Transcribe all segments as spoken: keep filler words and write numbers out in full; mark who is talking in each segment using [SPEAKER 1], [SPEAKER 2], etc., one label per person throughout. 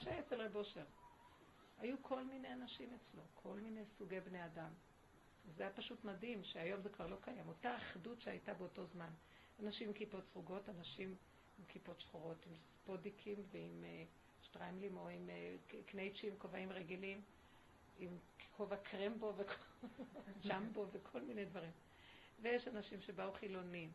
[SPEAKER 1] שהיה אצל רב אושר. היו כל מיני אנשים אצלו, כל מיני סוגי בני אדם. זה היה פשוט מדהים שהיום זה כבר לא קיים. אותה אחדות שהייתה באותו זמן. אנשים עם כיפות סרוגות, אנשים עם כיפות שחורות, עם ספודיקים ועם uh, שטריימלים או עם uh, קנייצ'ים, כובעים רגילים, עם כובע קרמבו וג'מבו וכל מיני דברים. ויש אנשים שבאו חילונים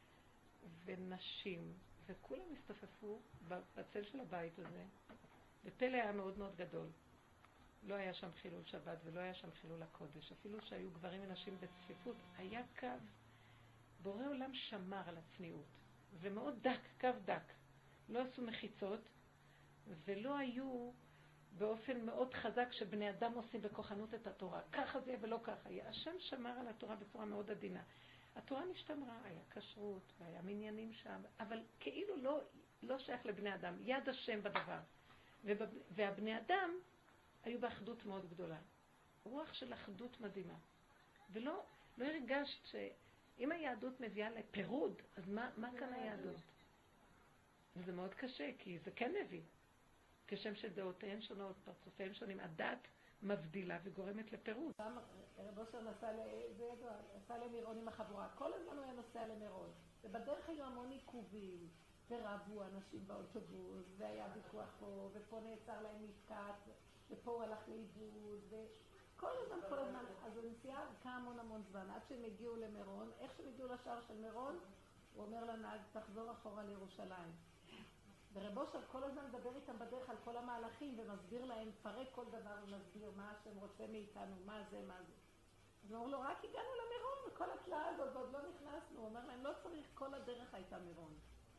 [SPEAKER 1] ונשים, וכולם הסתופפו בצל של הבית הזה. ופלא היה מאוד מאוד גדול. לא היה שם חילול שבת ולא היה שם חילול הקודש. אפילו שהיו גברים ונשים בצפיפות, היה קו. בורא עולם שמר על הצניעות. ומאוד דק, קו דק. לא עשו מחיצות, ולא היו באופן מאוד חזק שבני אדם עושים בכוחנות את התורה. ככה זה ולא ככה. השם שמר על התורה בצורה מאוד עדינה. התורה נשתמרה, היה כשרות והיה מניינים שם, אבל כאילו לא, לא שייך לבני אדם. יד השם בדבר. והבני אדם היו באחדות מאוד גדולה. רוח של אחדות מדהימה. ולא לא הרגשת שאם היהדות מביאה לפירוד, אז מה, מה כאן היהדות? וזה מאוד קשה, כי זה כן מביא. כשם שדעותיהן שונות, פרצופיהן שונים, הדת מבדילה וגורמת לפירוד.
[SPEAKER 2] רב אושר נסע, זה ידוע, נסע למירון עם החבורה. כל הזמן הוא היה נוסע למירון. ובדרך היו המון עיכובים. ורבו אנשים באוטובוס, והיה ויכוח פה, ופה נעצר להם מפקט, ופה הוא הלך לאיבוד, וכל הזמן, כל הזמן. אז הנסיעה עקה המון המון זמן, עד שהם הגיעו למירון. איך שהם הגיעו לשער של מירון, הוא אומר לנהג, תחזור אחורה לירושלים. ורב אושר כל הזמן מדבר איתם בדרך על כל המהלכים, ומסביר להם, פרק כל דבר ומסביר מה השם רוצה מאיתנו, מה זה, מה זה. אז הוא אומר לו, רק הגענו למירון, וכל התלאה הזאת, ועוד לא נכנסנו. הוא אומר להם, לא צריך, כל הדרך הייתה מירון.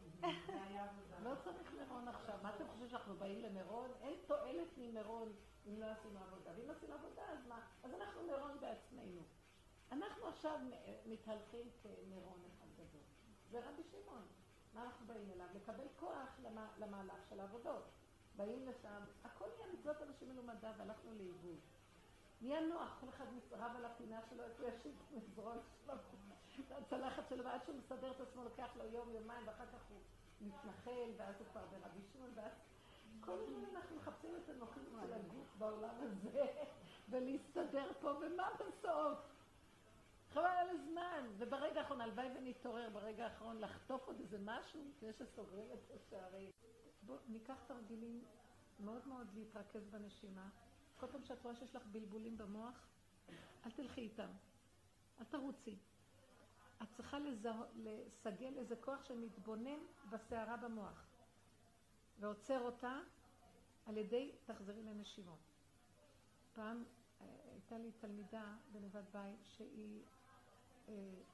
[SPEAKER 2] לא צריך מירון עכשיו. מה אתם חושבים שאנחנו באים למירון? אין תועלת ממירון אם לא עשינו עבודה. ואם עשינו עבודה, אז מה? אז אנחנו מירון בעצמנו. אנחנו עכשיו מתהלכים כמירון אחד גדול. זה רבי שמעון. מה אנחנו באים אליו? לקבל כוח למהלך של העבודות. באים לשם, הכל נהיה מצוות אנשים מלומדה, והלכנו לאיבוד. נהיה נוח, כל אחד רב על הפינה שלו, איפה ישיב מזרון שלו, הצלחת שלו, ועד שהוא מסדר את עצמו, לוקח לו יום, יומיים, ואחר כך הוא מתנחל, ואז הוא כבר ברבי שמעון, ואז כל הזמן אנחנו מחפשים את הנוחים של הגוף בעולם הזה, ולהסתדר פה, ומה בסוף? חבל על הזמן, וברגע האחרון, הלוואי ונתעורר ברגע האחרון לחטוף עוד איזה משהו, לפני שסוגרים את השערים. בואו ניקח תרגילים מאוד מאוד להתרכז בנשימה. כל פעם שאת רואה שיש לך בלבולים במוח, אל תלכי איתם, אל תרוצי. את צריכה לסגל איזה כוח שמתבונן בסערה במוח, ועוצר אותה על ידי תחזרי לנשימות. פעם הייתה לי תלמידה בנבד בית שהיא אה,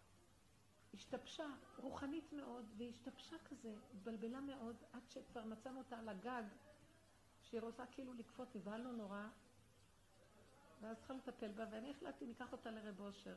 [SPEAKER 2] השתבשה רוחנית מאוד, והיא השתבשה כזה, התבלבלה מאוד, עד שכבר מצאנו אותה על הגג, שהיא רוצה כאילו לקפוץ, נבהלנו נורא, ואז צריכה לטפל בה, ואני החלטתי, ניקח אותה לרב אושר.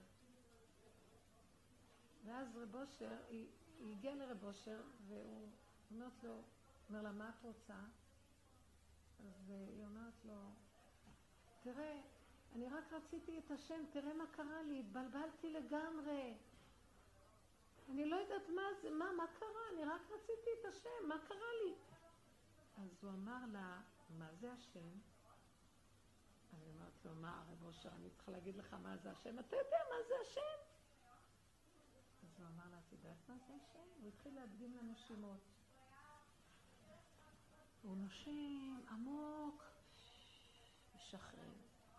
[SPEAKER 2] ואז רב אושר, היא, היא הגיעה לרב אושר, והוא אומרת לו, אומר לה, מה את רוצה? אז היא אומרת לו, תראה, אני רק רציתי את השם, תראה מה קרה לי, התבלבלתי לגמרי. אני לא יודעת מה זה, מה, מה קרה? אני רק רציתי את השם, מה קרה לי? אז הוא אמר לה, מה זה השם? אז היא אמרת לו, מה הרב אושר, אני צריכה להגיד לך מה זה השם? אתה יודע מה זה השם? אז הוא אמר לה, את יודעת מה זה השם? הוא התחיל להדגים לנשימות. הוא נושם עמוק, משחרר.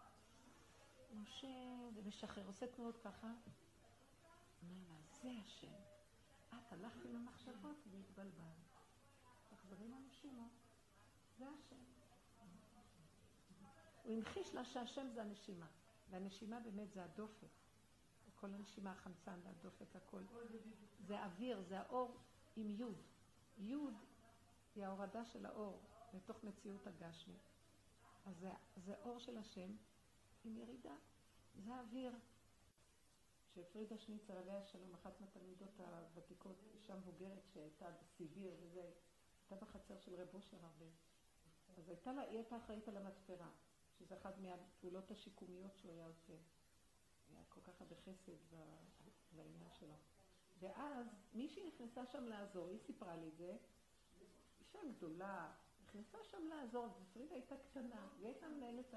[SPEAKER 2] נושם ומשחרר, עושה תנועות ככה. אומר לה, זה השם. את הלכת עם המחשבות והתבלבל. תחזרי לנשימות. זה השם. הוא המחיש לה שהשם זה הנשימה. והנשימה באמת זה הדופק. כל הנשימה, החמצן והדופק, הכל. זה האוויר, זה האור עם יוד. יוד היא ההורדה של האור לתוך מציאות הגשמית. אז זה, זה אור של השם עם ירידה. זה האוויר. שפרידה שניצר עליה שלום, אחת מהתלמידות הוותיקות, אישה מבוגרת שהייתה בסיביר וזה, הייתה בחצר של רב אושר הרבה. אז הייתה לה, היא הייתה אחראית על המתפרה, שזה אחת מהפעולות השיקומיות שהוא היה עושה. היה כל כך הרבה חסד לעניין שלו. ואז מישהי נכנסה שם לעזור, היא סיפרה לי את זה, אישה גדולה, נכנסה שם לעזור, ופרידה הייתה קטנה, היא הייתה מנהלת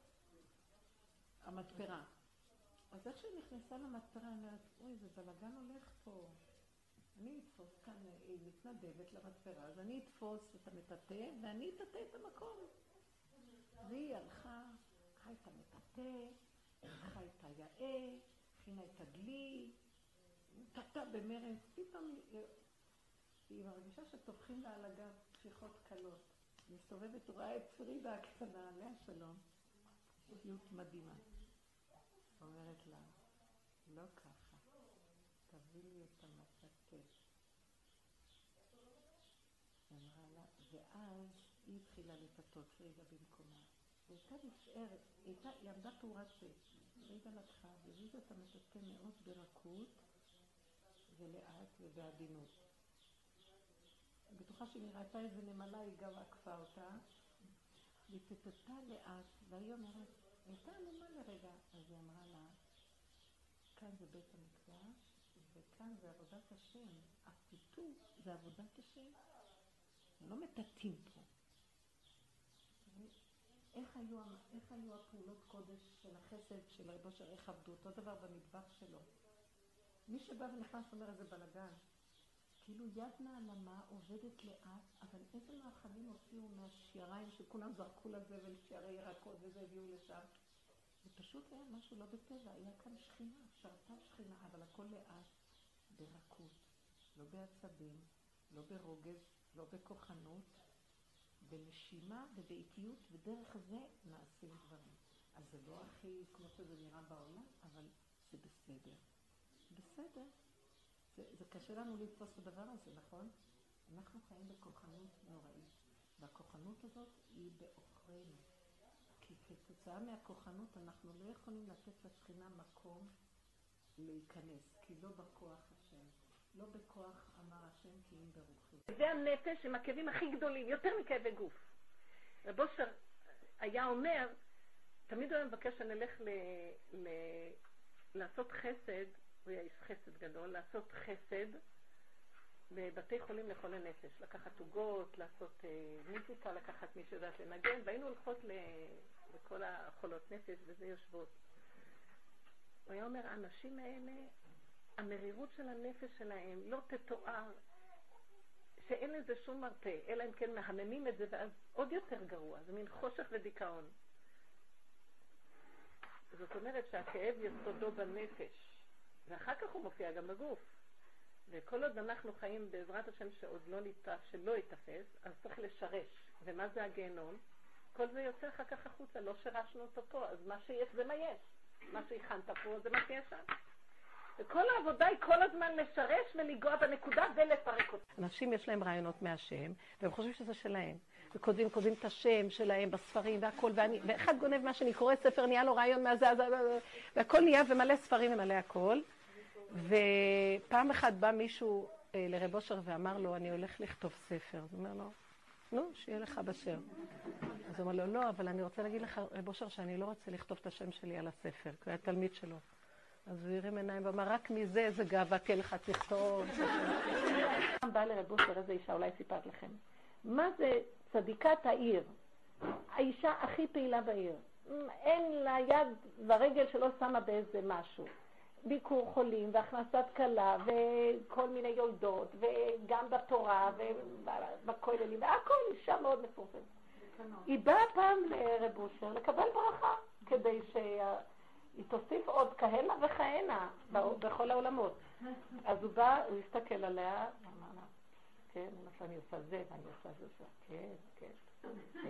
[SPEAKER 2] המתפרה. אז איך שהיא נכנסה למתפרה, אני אומרת, אוי, זה בלגן הולך פה. אני אתפוס כאן, היא מתנדבת למתפרה, אז אני אתפוס את המטאטא, ואני אטאטא את המקום. והיא הלכה, לקחה את המטאטא, לקחה את היאה, הכינה את הדלי, טאטא במרץ, פתאום היא מרגישה שטובחים לה על הגב תפיחות קלות. היא מסתובבת, רואה את פרידה הקטנה, עליה שלום, אישיות מדהימה. אומרת לה, לא ככה, תביא לי את המטאטא. אמרה לה, ואז היא התחילה לטאטות פרידה במקומה. היא הייתה נשארת, היא עמדה תאורת פה. פרידה לקחה והביאה את המטאטא מאוד ברכות ולאט ובעדינות. אני בטוחה שהיא נראתה איזה נמלה, היא גם עקפה אותה. והיא טטטה לאט, והיא אומרת, הייתה עלומה לרגע. אז היא אמרה לה, כאן זה בית המקדש, וכאן זה עבודת השם. הטיטוט זה עבודת השם. לא מטטים פה. איך היו, איך היו הפעולות קודש של החסד של רב אושר, איך עבדו? אותו דבר במטבח שלו. מי שבא ונכנס אומר איזה בלגן. כאילו יד נעלמה עובדת לאט, אבל איזה מאכלים הוציאו מהשייריים שכולם זרקו לזבל, שיירי ירקות וזה הביאו לשם. זה פשוט היה משהו לא בטבע, היה כאן שכינה, שרתה שכינה, אבל הכל לאט, ברכות, לא בעצבים, לא ברוגז, לא בכוחנות, בנשימה ובאיטיות, ודרך זה נעשים דברים. אז זה לא הכי כמו שזה נראה בעולם, אבל זה בסדר. בסדר. זה, זה קשה לנו לתפוס את הדבר הזה, נכון? אנחנו חיים בכוחנות נוראית, והכוחנות הזאת היא באוכרנו. כי כתוצאה מהכוחנות אנחנו לא יכולים לתת לשכינה מקום להיכנס, כי לא בכוח השם, לא בכוח אמר השם כי אם ברוחי.
[SPEAKER 1] זה הנפש עם הכאבים הכי גדולים, יותר מכאבי גוף. רב אושר היה אומר, תמיד הוא היה מבקש שנלך ל... ל... לעשות חסד, הוא היה איש חסד גדול, לעשות חסד בבתי חולים לחולי נפש, לקחת עוגות, לעשות אה, מוזיקה, לקחת מי שיודעת לנגן, והיינו הולכות ל... לכל החולות נפש וזה יושבות. הוא היה אומר, האנשים האלה, המרירות של הנפש שלהם לא תתואר, שאין לזה שום מרפא, אלא אם כן מהממים את זה, ואז עוד יותר גרוע, זה מין חושך ודיכאון. זאת אומרת שהכאב יסודו בנפש, ואחר כך הוא מופיע גם בגוף. וכל עוד אנחנו חיים בעזרת השם שעוד לא ניתף, שלא יתפס, אז צריך לשרש. ומה זה הגיהנום? כל זה יוצא אחר כך החוצה, לא שרשנו אותו פה, אז מה שיש זה מה יש. מה שהכנת פה זה מה שיש שם. וכל העבודה היא כל הזמן לשרש ולגוע בנקודה ולפרק אותה. אנשים יש להם רעיונות מהשם, והם חושבים שזה שלהם. וכותבים, כותבים את השם שלהם בספרים והכל, ואני, ואחד גונב מה שאני קורא ספר, נהיה לו רעיון מהזה, והכל נהיה ומלא ספרים ומלא הכל. ופעם אחת בא מישהו לרב אושר ואמר לו, אני הולך לכתוב ספר. אז הוא אומר לו, נו, שיהיה לך בשר. אז הוא אומר לו, לא, אבל אני רוצה להגיד לך, רב אושר, שאני לא רוצה לכתוב את השם שלי על הספר, כי הוא היה תלמיד שלו. אז הוא הרים עיניים ואמר, רק מזה איזה גאווה תהיה לך תכתוב. בא לרב אושר, איזה אישה, אולי סיפרת לכם. מה זה צדיקת העיר? האישה הכי פעילה בעיר. אין לה יד ורגל שלא שמה באיזה משהו. ביקור חולים והכנסת קלה וכל מיני יולדות וגם בתורה ובכוללים והכל אישה מאוד מפורסמת. היא באה פעם לרב אושר לקבל ברכה כדי שהיא תוסיף עוד כהנה וכהנה בכל העולמות. אז הוא בא, הוא הסתכל עליה ואמר לה, כן, אני עושה זה ואני עושה זה, כן, כן,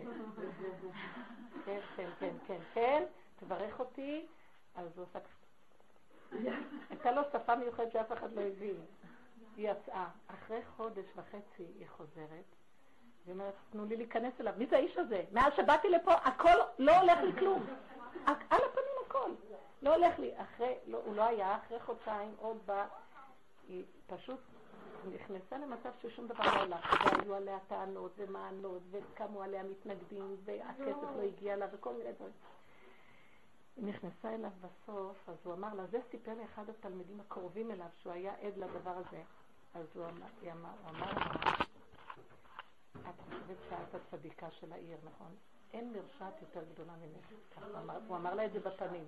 [SPEAKER 1] כן, כן, כן, כן, כן, תברך אותי. אז הוא עושה הייתה לו שפה מיוחדת שאף אחד לא הבין. היא יצאה. אחרי חודש וחצי היא חוזרת, והיא אומרת, תנו לי להיכנס אליו. מי זה האיש הזה? מאז שבאתי לפה, הכל לא הולך לי כלום. על הפנים הכל. לא הולך לי. אחרי, לא, הוא לא היה, אחרי חודשיים עוד בא, היא פשוט נכנסה למצב ששום דבר לא הולך. והיו עליה טענות ומענות, וקמו עליה מתנגדים, והכסף לא הגיע לה, וכל מיני דברים. היא נכנסה אליו בסוף, אז הוא אמר לה, זה סיפר לי אחד התלמידים הקרובים אליו, שהוא היה עד לדבר הזה. אז הוא אמר, הוא אמר לה, את חושבת חושבת שאת הצדיקה של העיר, נכון? אין מרשעת יותר גדולה ממך. הוא אמר לה את זה בפנים.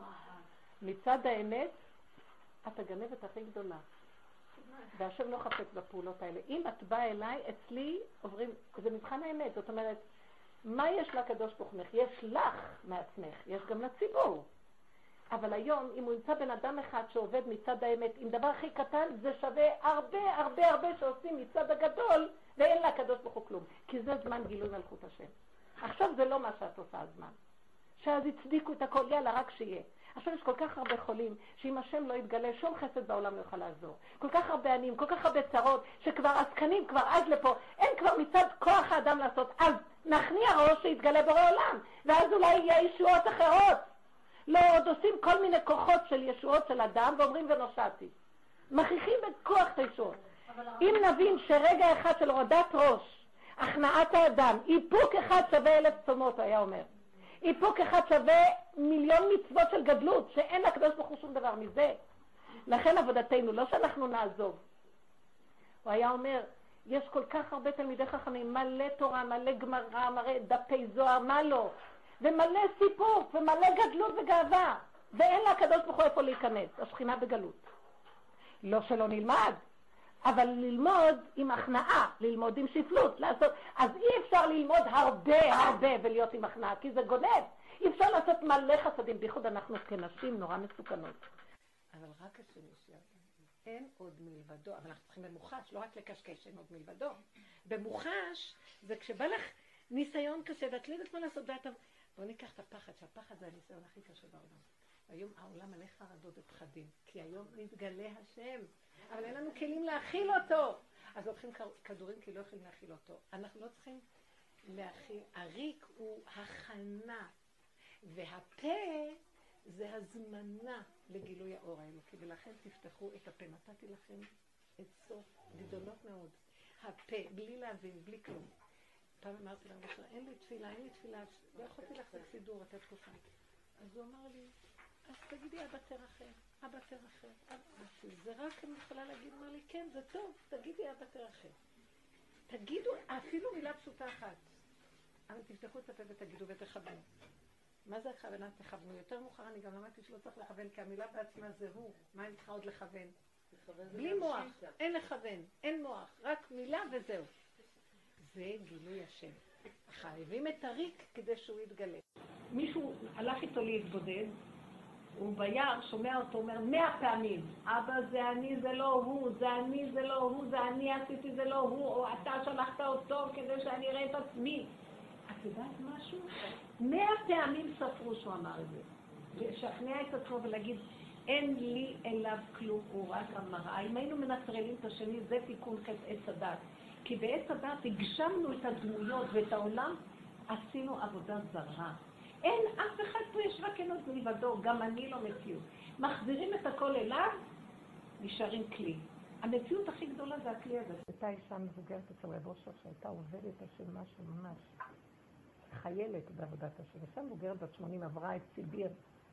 [SPEAKER 1] מצד האמת, את הגנבת הכי גדולה. והשם לא חפץ בפעולות האלה. אם את באה אליי, אצלי עוברים, זה מבחן האמת. זאת אומרת, מה יש לקדוש ברוך הוא? יש לך מעצמך, יש גם לציבור. אבל היום, אם הוא ימצא בן אדם אחד שעובד מצד האמת, עם דבר הכי קטן, זה שווה הרבה הרבה הרבה שעושים מצד הגדול, ואין לה הקדוש ברוך הוא כלום. כי זה זמן גילוי מלכות השם. עכשיו זה לא מה שאת עושה הזמן. שאז הצדיקו את הכל, יאללה, רק שיהיה. עכשיו יש כל כך הרבה חולים, שאם השם לא יתגלה, שום חסד בעולם לא יוכל לעזור. כל כך הרבה עניים, כל כך הרבה צרות, שכבר עסקנים כבר עד לפה, אין כבר מצד כוח האדם לעשות. אז נכניע ראש שיתגלה בורא עולם, ואז אולי יהיה ישועות אחרות. לא, עוד עושים כל מיני כוחות של ישועות של אדם, ואומרים ונושעתי. מכריחים בכוח את הישועות. אם נבין שרגע אחד של הורדת ראש, הכנעת האדם, איפוק אחד שווה אלף צומות, היה אומר. איפוק אחד שווה מיליון מצוות של גדלות, שאין לקדוש ברוך הוא שום דבר מזה. לכן עבודתנו, לא שאנחנו נעזוב. הוא היה אומר, יש כל כך הרבה תלמידי חכמים, מלא תורה, מלא גמרא, מלא דפי זוהר, מה לא? ומלא סיפוק, ומלא גדלות וגאווה. ואין לקדוש ברוך הוא איפה להיכנס, השכינה בגלות. לא שלא נלמד, אבל ללמוד עם הכנעה, ללמוד עם שפלות, לעשות. אז אי אפשר ללמוד הרבה הרבה ולהיות עם הכנעה, כי זה גונב. אי אפשר לעשות מלא חסדים, בייחוד אנחנו כנשים נורא מסוכנות. אבל רק השני שיהיה, אין עוד מלבדו, אבל אנחנו צריכים במוחש, לא רק לקשקש, אין עוד מלבדו. במוחש זה כשבא לך ניסיון קשה, ואת לא יודעת מה לעשות, ואתה... בוא ניקח את הפחד, שהפחד זה הניסיון הכי קשה בעולם. היום העולם מלא חרדות ופחדים, כי היום מתגלה השם, אבל אין לנו כלים להכיל אותו. אז לוקחים כדורים כי לא יכולים להכיל אותו. אנחנו לא צריכים להכיל. הריק הוא הכנה, והפה זה הזמנה לגילוי האור האלוקי, ולכן תפתחו את הפה. נתתי לכם עצות גדולות מאוד. הפה, בלי להבין, בלי כלום. פעם אמרתי להם, אין לי תפילה, אין לי תפילה, לא יכולתי להחזיק סידור, אתה תקופה. אז הוא אמר לי, אז תגידי, אבא תרחם, אבא תרחם, אבא. זה רק אני יכולה להגיד, אמר לי, כן, זה טוב, תגידי, אבא תרחם. תגידו אפילו מילה פשוטה אחת. אבל תפתחו את הפה ותגידו ותכוונו. מה זה הכוונה? תכוונו. יותר מאוחר אני גם למדתי שלא צריך לכוון, כי המילה בעצמה זה הוא. מה אני צריכה עוד לכוון? בלי מוח, אין לכוון, אין מוח, רק מילה וזהו. זה גילוי השם. חייבים את הריק כדי שהוא יתגלה. מישהו הלך איתו להתבודד, הוא ביער שומע אותו אומר מאה פעמים, אבא זה אני, זה לא הוא, זה אני, זה לא הוא, זה אני עשיתי, זה לא הוא, או אתה שלחת אותו כדי שאני אראה את עצמי. את יודעת משהו? מאה פעמים ספרו שהוא אמר את זה. לשכנע את עצמו ולהגיד, אין לי אליו כלום, הוא רק המראה. אם היינו מנטרלים את השני, זה תיקון חטא עץ הדת. כי בעץ הדת הגשמנו את הדמויות ואת העולם, עשינו עבודה זרה. אין אף אחד פה יש רק אין עוד מלבדו, גם אני לא מציאות. מחזירים את הכל אליו, נשארים כלי. המציאות הכי גדולה זה הכלי הזה. הייתה אישה מבוגרת אצל רב אושר שהייתה עובדת השם משהו ממש חיילת בעבודת השם. אישה מבוגרת בת שמונים עברה את סיביר.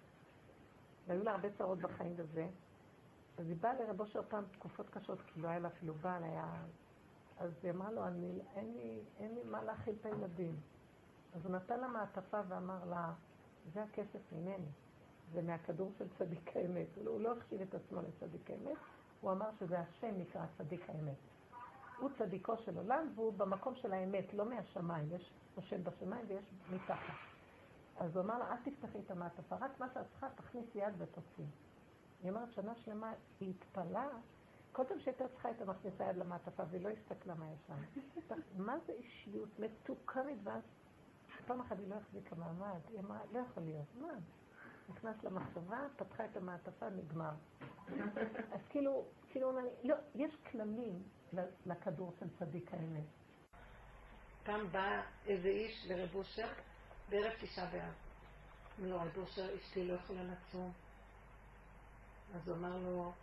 [SPEAKER 1] והיו לה הרבה צרות בחיים בזה. אז היא באה לרב אושר פעם תקופות קשות, כי לא היה לה אפילו בעל, היה... אז היא אמרה לו, אני, אין, לי, אין לי מה להכיל את הילדים. אז הוא נתן לה מעטפה ואמר לה, זה הכסף ממני, זה מהכדור של צדיק האמת. הוא לא החשיב את עצמו לצדיק האמת, הוא אמר שזה השם נקרא צדיק האמת. הוא צדיקו של עולם והוא במקום של האמת, לא מהשמיים, יש השם בשמיים ויש מתחת. אז הוא אמר לה, אל תפתחי את המעטפה, רק מה שאת צריכה, תכניס יד ותוציא. היא אומרת, שנה שלמה היא התפלה, קודם שהייתה צריכה את המכניסה יד למעטפה והיא לא הסתכלה מה יש שם. מה זה אישיות מתוקנת ואז? פעם אחת היא לא החזיקה מעמד, היא אמרה, לא יכול להיות, מה? נכנס למחשבה, פתחה את המעטפה, נגמר. אז כאילו, כאילו, לא, יש כללים לכדור של צדיק האמת. פעם בא איזה איש לרב אושר, בערב תשעה באב. אמר לו, רב אושר, אשתי לא יכולה לצום. אז הוא אמר לו,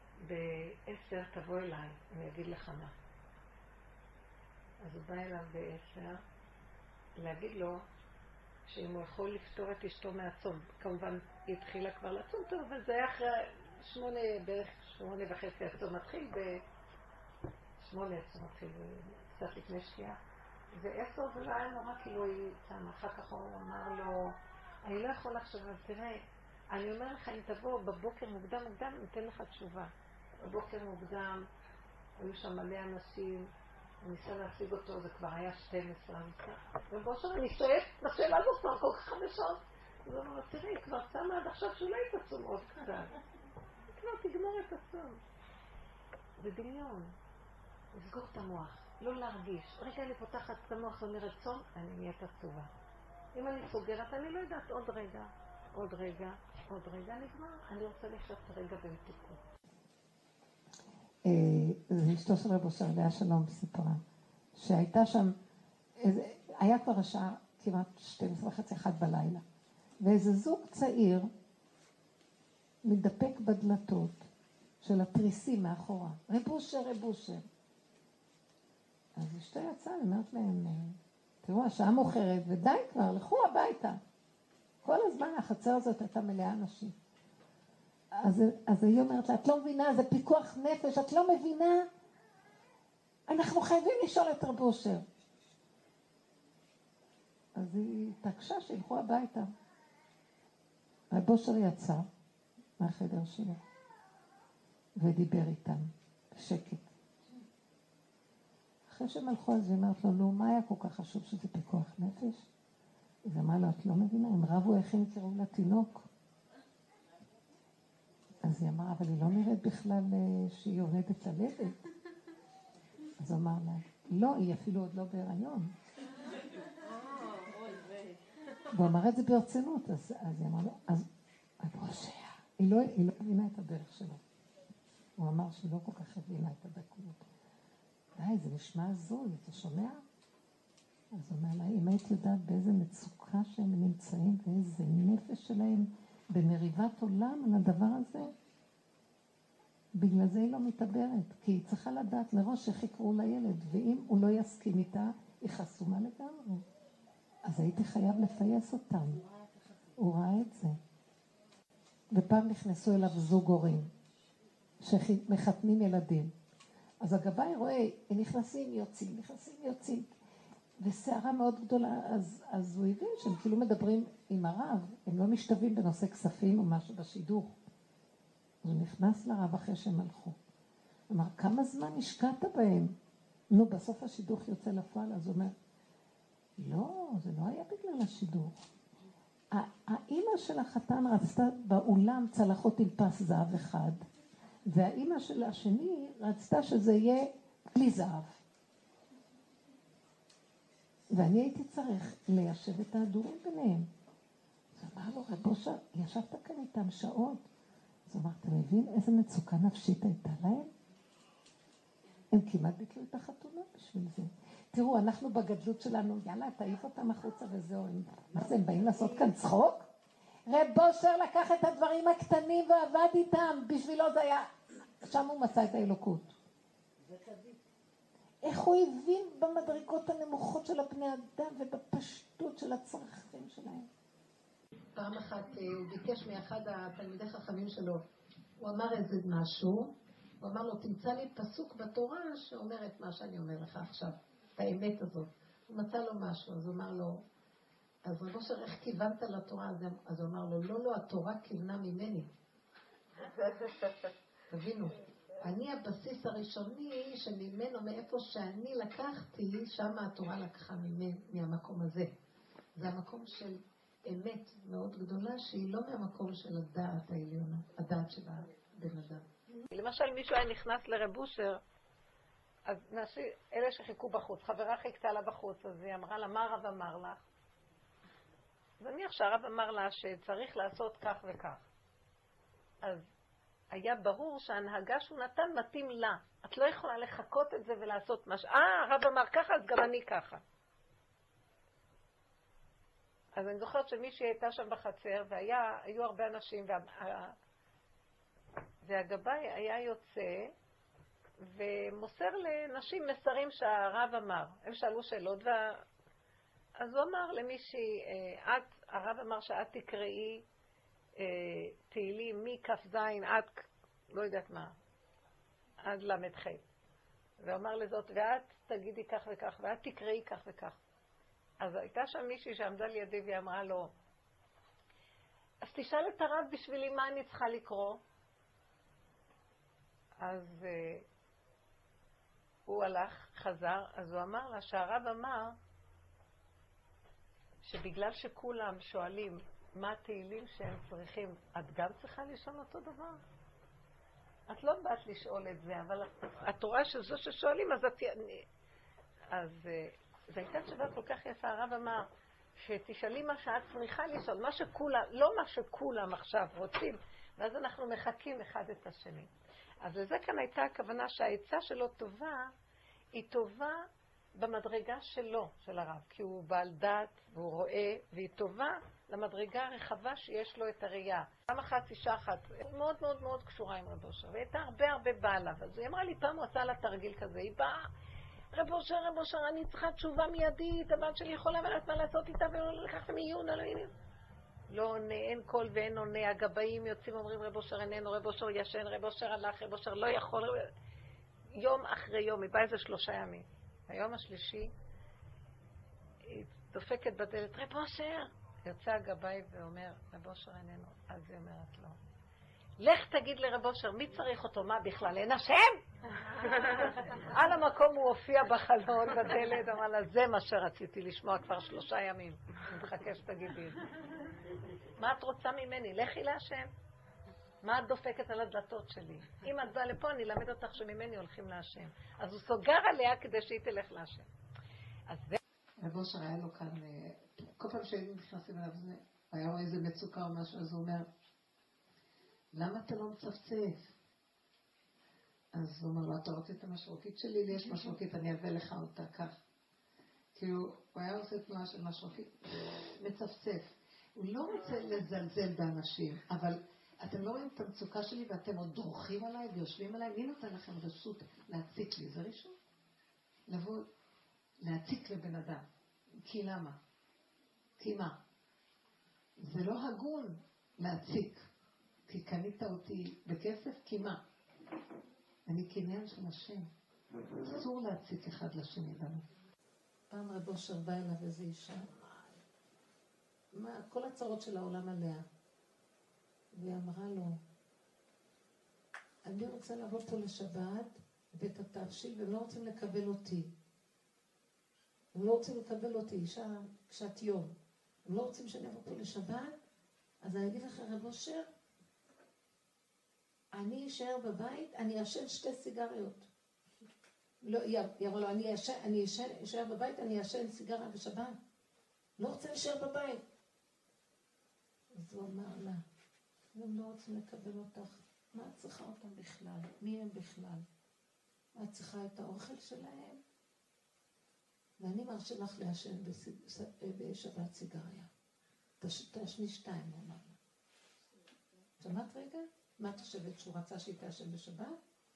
[SPEAKER 1] בעשר תבוא אליי, אני אגיד לך מה. אז הוא בא אליו בעשר, להגיד לו שאם הוא יכול לפתור את אשתו מהצום. כמובן היא התחילה כבר לצום טוב, אבל זה היה אחרי שמונה, בערך שמונה וחצי הצום מתחיל, בשמונה הצום מתחיל, קצת לפני שקיעה.
[SPEAKER 2] ואיפה זה לא היה נורא, כאילו היא איתם, אחר כך הוא אמר לו, אני לא יכול עכשיו, אבל תראה, אני אומר לך, אם תבוא בבוקר מוקדם מוקדם, ניתן לך תשובה. בבוקר מוקדם, היו שם מלא אנשים, הוא ניסה להשיג אותו, זה כבר היה שתים עשרה. ובראשון אני שואף, בשאלה הזאת כבר כל כך חמש שעות. הוא אומר, תראי, כבר צמה עד עכשיו שאולי תצום עוד קצת. כבר תגמור את הצום. זה דמיון. לסגור את המוח, לא להרגיש. רגע אני פותחת את המוח ואומרת צום, אני נהיית עצובה. אם אני סוגרת, אני לא יודעת עוד רגע, עוד רגע, עוד רגע נגמר. אני רוצה לחיות רגע במתיקות.
[SPEAKER 3] זה אשתו של רב אושר, לאה שלום סיפרה, שהייתה שם, היה כבר השעה כמעט שתים עשרה וחצי אחת בלילה, ואיזה זוג צעיר מדפק בדלתות של התריסים מאחורה, רב אושר, רב אושר. אז אשתו יצאה, אמרת להם, תראו, השעה מוכרת, ודי כבר, לכו הביתה. כל הזמן החצר הזאת הייתה מלאה אנשים. אז, אז היא אומרת לה, את לא מבינה, זה פיקוח נפש, את לא מבינה? אנחנו חייבים לשאול את רב אושר. אז היא התעקשה שילכו הביתה. רב אושר יצא מהחדר שלו, ודיבר איתם בשקט. אחרי שהם הלכו, אז היא אמרת לו, לא, מה היה כל כך חשוב שזה פיקוח נפש? אז אמרה לו, את לא מבינה, הם רבו איך הם קראו לתינוק. אז היא אמרה, אבל היא לא נראית בכלל שהיא יורדת ללדת. אז אמר לה, לא, היא אפילו עוד לא בהיריון. והוא אמר את זה ברצינות, אז, אז היא אמרה לו, אז הדרושיה, היא לא, היא לא הבינה את הדרך שלו. הוא אמר שהיא לא כל כך הבינה את הדקות. די, זה נשמע הזוי, אתה שומע? אז הוא אומר לה, אם היית יודעת באיזה מצוקה שהם נמצאים, ואיזה נפש שלהם במריבת עולם על הדבר הזה, בגלל זה היא לא מתאברת, כי היא צריכה לדעת מראש איך יקראו לילד, ואם הוא לא יסכים איתה, היא חסומה לגמרי. אז הייתי חייב לפייס אותם. הוא ראה את זה. ופעם נכנסו אליו זוג הורים, שמחתנים ילדים. אז הגבאי רואה, הם נכנסים, יוצאים, נכנסים, יוצאים. וסערה מאוד גדולה, אז, אז הוא הבין שהם כאילו מדברים עם הרב, הם לא משתווים בנושא כספים או משהו בשידור. אז הוא נכנס לרב אחרי שהם הלכו. אמר, כמה זמן השקעת בהם? נו, בסוף השידוך יוצא לפועל, אז הוא אומר, לא, זה לא היה בגלל השידוך. האמא של החתן רצתה באולם צלחות עם פס זהב אחד, והאמא של השני רצתה שזה יהיה בלי זהב. ואני הייתי צריך ליישב את ההדורים ביניהם. אז אמר לו, רב אושר, ישבת כאן איתם שעות. אז אמר, אתה מבין איזה מצוקה נפשית הייתה להם? הם כמעט ביטלו את החתונה בשביל זה. תראו, אנחנו בגדלות שלנו, יאללה, תעיף אותם החוצה וזהו. מה זה, הם באים לעשות כאן צחוק? רב אושר לקח את הדברים הקטנים ועבד איתם, בשבילו זה היה, שם הוא מצא את האלוקות. זה צדיק. איך הוא הבין במדרגות הנמוכות של הבני אדם ובפשטות של הצרכים שלהם.
[SPEAKER 2] פעם אחת הוא ביקש מאחד התלמידי חכמים שלו, הוא אמר איזה משהו, הוא אמר לו, תמצא לי פסוק בתורה שאומר את מה שאני אומר לך עכשיו, את האמת הזאת. הוא מצא לו משהו, אז הוא אמר לו, אז רב אושר, איך כיוונת לתורה? אז הוא אמר לו, לא, לא, התורה כיוונה ממני. תבינו, אני הבסיס הראשוני שממנו, מאיפה שאני לקחתי, שם התורה לקחה ממני, מהמקום הזה. זה המקום של אמת מאוד גדולה, שהיא לא מהמקום של הדעת העליונה, הדעת של הבן אדם.
[SPEAKER 1] למשל, מישהו היה נכנס לרב אושר, אז נעשי, אלה שחיכו בחוץ, חברה חיכתה לה בחוץ, אז היא אמרה לה, מה הרב אמר לך? אז אני עכשיו, הרב אמר לה שצריך לעשות כך וכך. אז היה ברור שההנהגה שהוא נתן מתאים לה. את לא יכולה לחכות את זה ולעשות משהו. אה, הרב אמר ככה, אז גם אני ככה. אז אני זוכרת שמישהי הייתה שם בחצר, והיו הרבה אנשים, וה... והגבאי היה יוצא, ומוסר לנשים מסרים שהרב אמר. הם שאלו שאלות, וה... אז הוא אמר למישהי, את, הרב אמר שאת תקראי תהילים מכף זין עד, לא יודעת מה, עד למד ח'. ואמר לזאת, ואת תגידי כך וכך, ואת תקראי כך וכך. אז הייתה שם מישהי שעמדה לידי והיא אמרה לו, אז תשאל את הרב בשבילי מה אני צריכה לקרוא. אז uh, הוא הלך, חזר, אז הוא אמר לה שהרב אמר שבגלל שכולם שואלים מה התהילים שהם צריכים, את גם צריכה לשאול אותו דבר? את לא באת לשאול את זה, אבל את רואה שזו ששואלים, אז את... אז uh, זו הייתה תשובה כל כך יפה, הרב אמר שתשאלי מה שאת צריכה לשאול, מה שכולם, לא מה שכולם עכשיו רוצים, ואז אנחנו מחכים אחד את השני. אז לזה כאן הייתה הכוונה שהעצה שלו טובה, היא טובה במדרגה שלו, של הרב, כי הוא בעל דת והוא רואה, והיא טובה למדרגה הרחבה שיש לו את הראייה. פעם אחת אישה אחת, מאוד מאוד מאוד קשורה עם רב אושר, והיא הייתה הרבה הרבה בעלה, אז היא אמרה לי, פעם הוא עשה לה תרגיל כזה, היא באה, רב אושר, רב אושר, אני צריכה תשובה מיידית, הבת שלי יכולה ולת מה לעשות איתה ולא לקחת מיון, לא עונה, אין קול ואין עונה, הגבאים יוצאים אומרים רב אושר איננו, רב אושר ישן, רב אושר הלך, רב אושר לא יכול, יום אחרי יום, היא באה איזה שלושה ימים. היום השלישי, היא דופקת בדלת, רב אושר, יוצא הגבאי ואומר, רב אושר איננו, אז היא אומרת לו, לך תגיד לרב אושר, מי צריך אותו, מה בכלל, אין השם? על המקום הוא הופיע בחלון בדלת, אמר לה, זה מה שרציתי לשמוע כבר שלושה ימים, אני מחכה שתגידי את זה. מה את רוצה ממני? לכי להשם. מה את דופקת על הדלתות שלי? אם את באה לפה, אני אלמד אותך שממני הולכים להשם. אז הוא סוגר עליה כדי שהיא תלך להשם. אז זה...
[SPEAKER 3] רב אושר היה לו כאן, כל פעם שהיינו נכנסים אליו, היה לו איזה מצוקה או משהו, אז הוא אומר, למה אתה לא מצפצף? אז הוא אומר לו, אתה רוצה את המשרוקית שלי? לי יש משרוקית, אני אביא לך אותה כך. כאילו, הוא היה עושה תנועה של משרוקית, מצפצף. הוא לא רוצה לזלזל באנשים, אבל אתם לא רואים את המצוקה שלי ואתם עוד דורכים עליי ויושבים עליי? מי נותן לכם רשות להציק לי? זה ראשון? לבוא להציק לבן אדם. כי למה? כי מה? זה לא הגון להציק. כי קנית אותי בכסף, כי מה? אני קניין של השם. אסור להציק אחד לשני לנו. פעם רב אושר בא אליו איזו אישה, מה, כל הצרות של העולם עליה. והיא אמרה לו, אני רוצה לבוא פה לשבת, בית התבשיל, והם לא רוצים לקבל אותי. הם לא רוצים לקבל אותי, אישה קשת יום. הם לא רוצים שאני אבוא פה לשבת, אז אני אגיד לך רב אושר, אני אשאר בבית, אני אשן שתי סיגריות. לא, היא אמרה לו, אני אשאר, אני אשאר בבית, אני אשן סיגריה בשבת. לא רוצה להישאר בבית. אז הוא אמר לה, הם לא רוצים לקבל אותך. מה את צריכה אותם בכלל? מי הם בכלל? מה את צריכה את האוכל שלהם? ואני מרשה לך להשן בשבת סיגריה. תשני שתיים, הוא אמר לה. שמעת רגע? מה את חושבת שהוא רצה שהיא תעשן בשבת?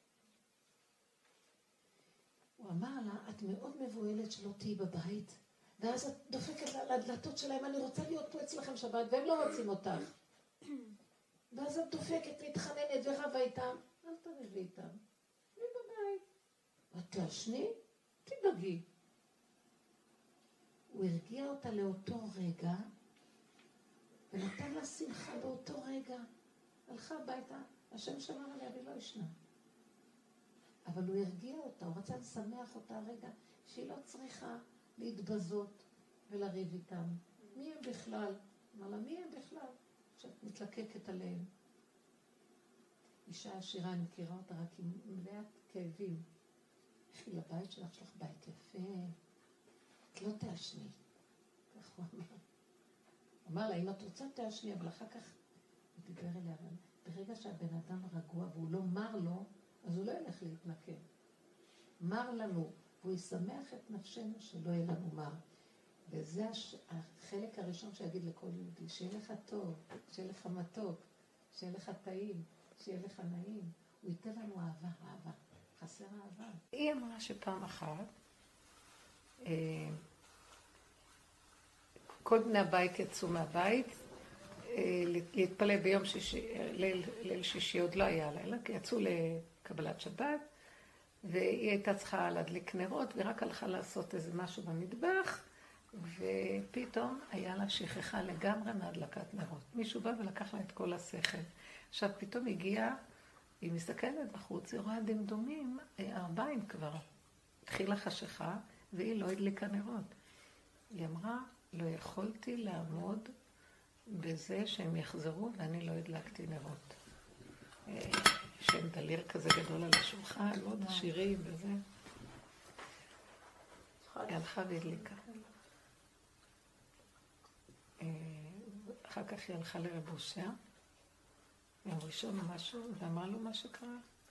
[SPEAKER 3] הוא אמר לה, את מאוד מבוהלת שלא תהי בבית, ואז את דופקת לה לדלתות שלהם, אני רוצה להיות פה אצלכם שבת, והם לא רוצים אותך. ואז את דופקת, מתחננת ורבה איתם, אל תרבי איתם, תהי בבית. את תעשני? תדאגי. הוא הרגיע אותה לאותו רגע, ונתן לה שמחה באותו רגע. הלכה הביתה, השם שמר עליה והיא לא ישנה. אבל הוא הרגיע אותה, הוא רצה לשמח אותה רגע, שהיא לא צריכה להתבזות ולריב איתם. מי הם בכלל? אמר לה, מי הם בכלל? שאת מתלקקת עליהם. אישה עשירה, אני מכירה אותה רק עם מלאת כאבים. לכי לבית שלך, שלך בית יפה. את לא תעשני. כך הוא אמר. אמר לה, אם את רוצה תעשני, אבל אחר כך הוא דיבר אליה. ברגע שהבן אדם רגוע והוא לא מר לו, אז הוא לא ילך להתנקם. מר לנו, והוא ישמח את נפשנו שלא יהיה לנו מר. וזה הש... החלק הראשון שיגיד לכל יהודי, שיהיה לך טוב, שיהיה לך מתוק, שיהיה לך טעים, שיהיה לך נעים. הוא ייתן לנו אהבה, אהבה. חסר אהבה.
[SPEAKER 1] היא אמרה שפעם אחת, אה, כל בני הבית יצאו מהבית, אה, להתפלל ביום שישי, ליל, ליל שישי עוד לא היה לילה, כי יצאו לקבלת שבת, והיא הייתה צריכה להדליק נרות, והיא רק הלכה לעשות איזה משהו במטבח, ופתאום היה לה שכחה לגמרי מהדלקת נרות. מישהו בא ולקח לה את כל השכל. עכשיו פתאום הגיעה, היא מסתכלת בחוץ, היא רואה דמדומים, ארבעים כבר. התחילה חשיכה, והיא לא הדליקה נרות. היא אמרה, לא יכולתי לעמוד בזה שהם יחזרו, ואני לא הדלקתי נרות. שם דליר כזה גדול על השולחן, מאוד עשירים וזה. היא הלכה והדליקה. אחר כך היא הלכה לרב אושר, יום ראשון או משהו, ואמר לו מה שקרה.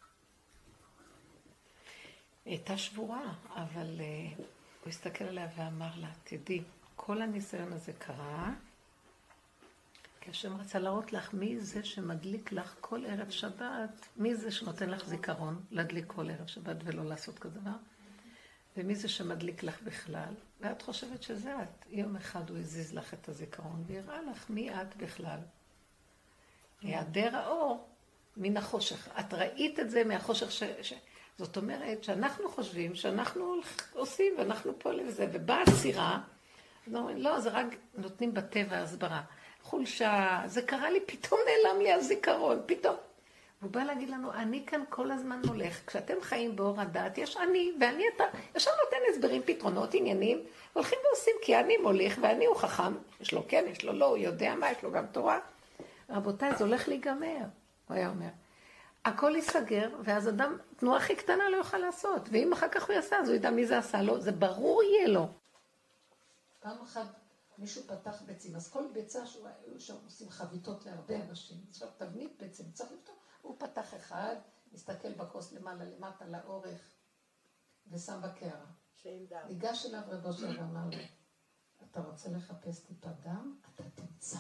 [SPEAKER 1] היא הייתה שבורה, אבל הוא הסתכל עליה ואמר לה, תדעי, כל הניסיון הזה קרה, כי השם רצה להראות לך מי זה שמדליק לך כל ערב שבת, מי זה שנותן לך זיכרון להדליק כל ערב שבת ולא לעשות כזה דבר, ומי זה שמדליק לך בכלל, ואת חושבת שזה את. יום אחד הוא הזיז לך את הזיכרון, ויראה לך מי את בכלל. היעדר האור מן החושך. את ראית את זה מהחושך ש... ש... זאת אומרת שאנחנו חושבים שאנחנו עושים ואנחנו פה לזה, ובאה הסירה, לא, זה רק נותנים בטבע הסברה. חולשה, זה קרה לי, פתאום נעלם לי הזיכרון, פתאום. והוא בא להגיד לנו, אני כאן כל הזמן הולך, כשאתם חיים באור הדת, יש אני, ואני אתה, ישר נותן הסברים, פתרונות, עניינים, הולכים ועושים, כי אני מוליך, ואני הוא חכם, יש לו כן, יש לו לא, הוא יודע מה, יש לו גם תורה. רבותיי, זה הולך להיגמר, הוא היה אומר. הכל ייסגר, ואז אדם, תנועה הכי קטנה לא יוכל לעשות, ואם אחר כך הוא יעשה, אז הוא ידע מי זה עשה לו, זה ברור יהיה לו.
[SPEAKER 3] פעם אחת מישהו פתח ביצים, אז כל ביצה שהיו עושים חביתות להרבה אנשים, עכשיו תבנית ביצים, צריך לפתוח, הוא פתח אחד, מסתכל בכוס למעלה למטה לאורך, ושם בקערה. ניגש אליו רב אושר ואמר לו, אתה רוצה לחפש טיפה דם? אתה תמצא.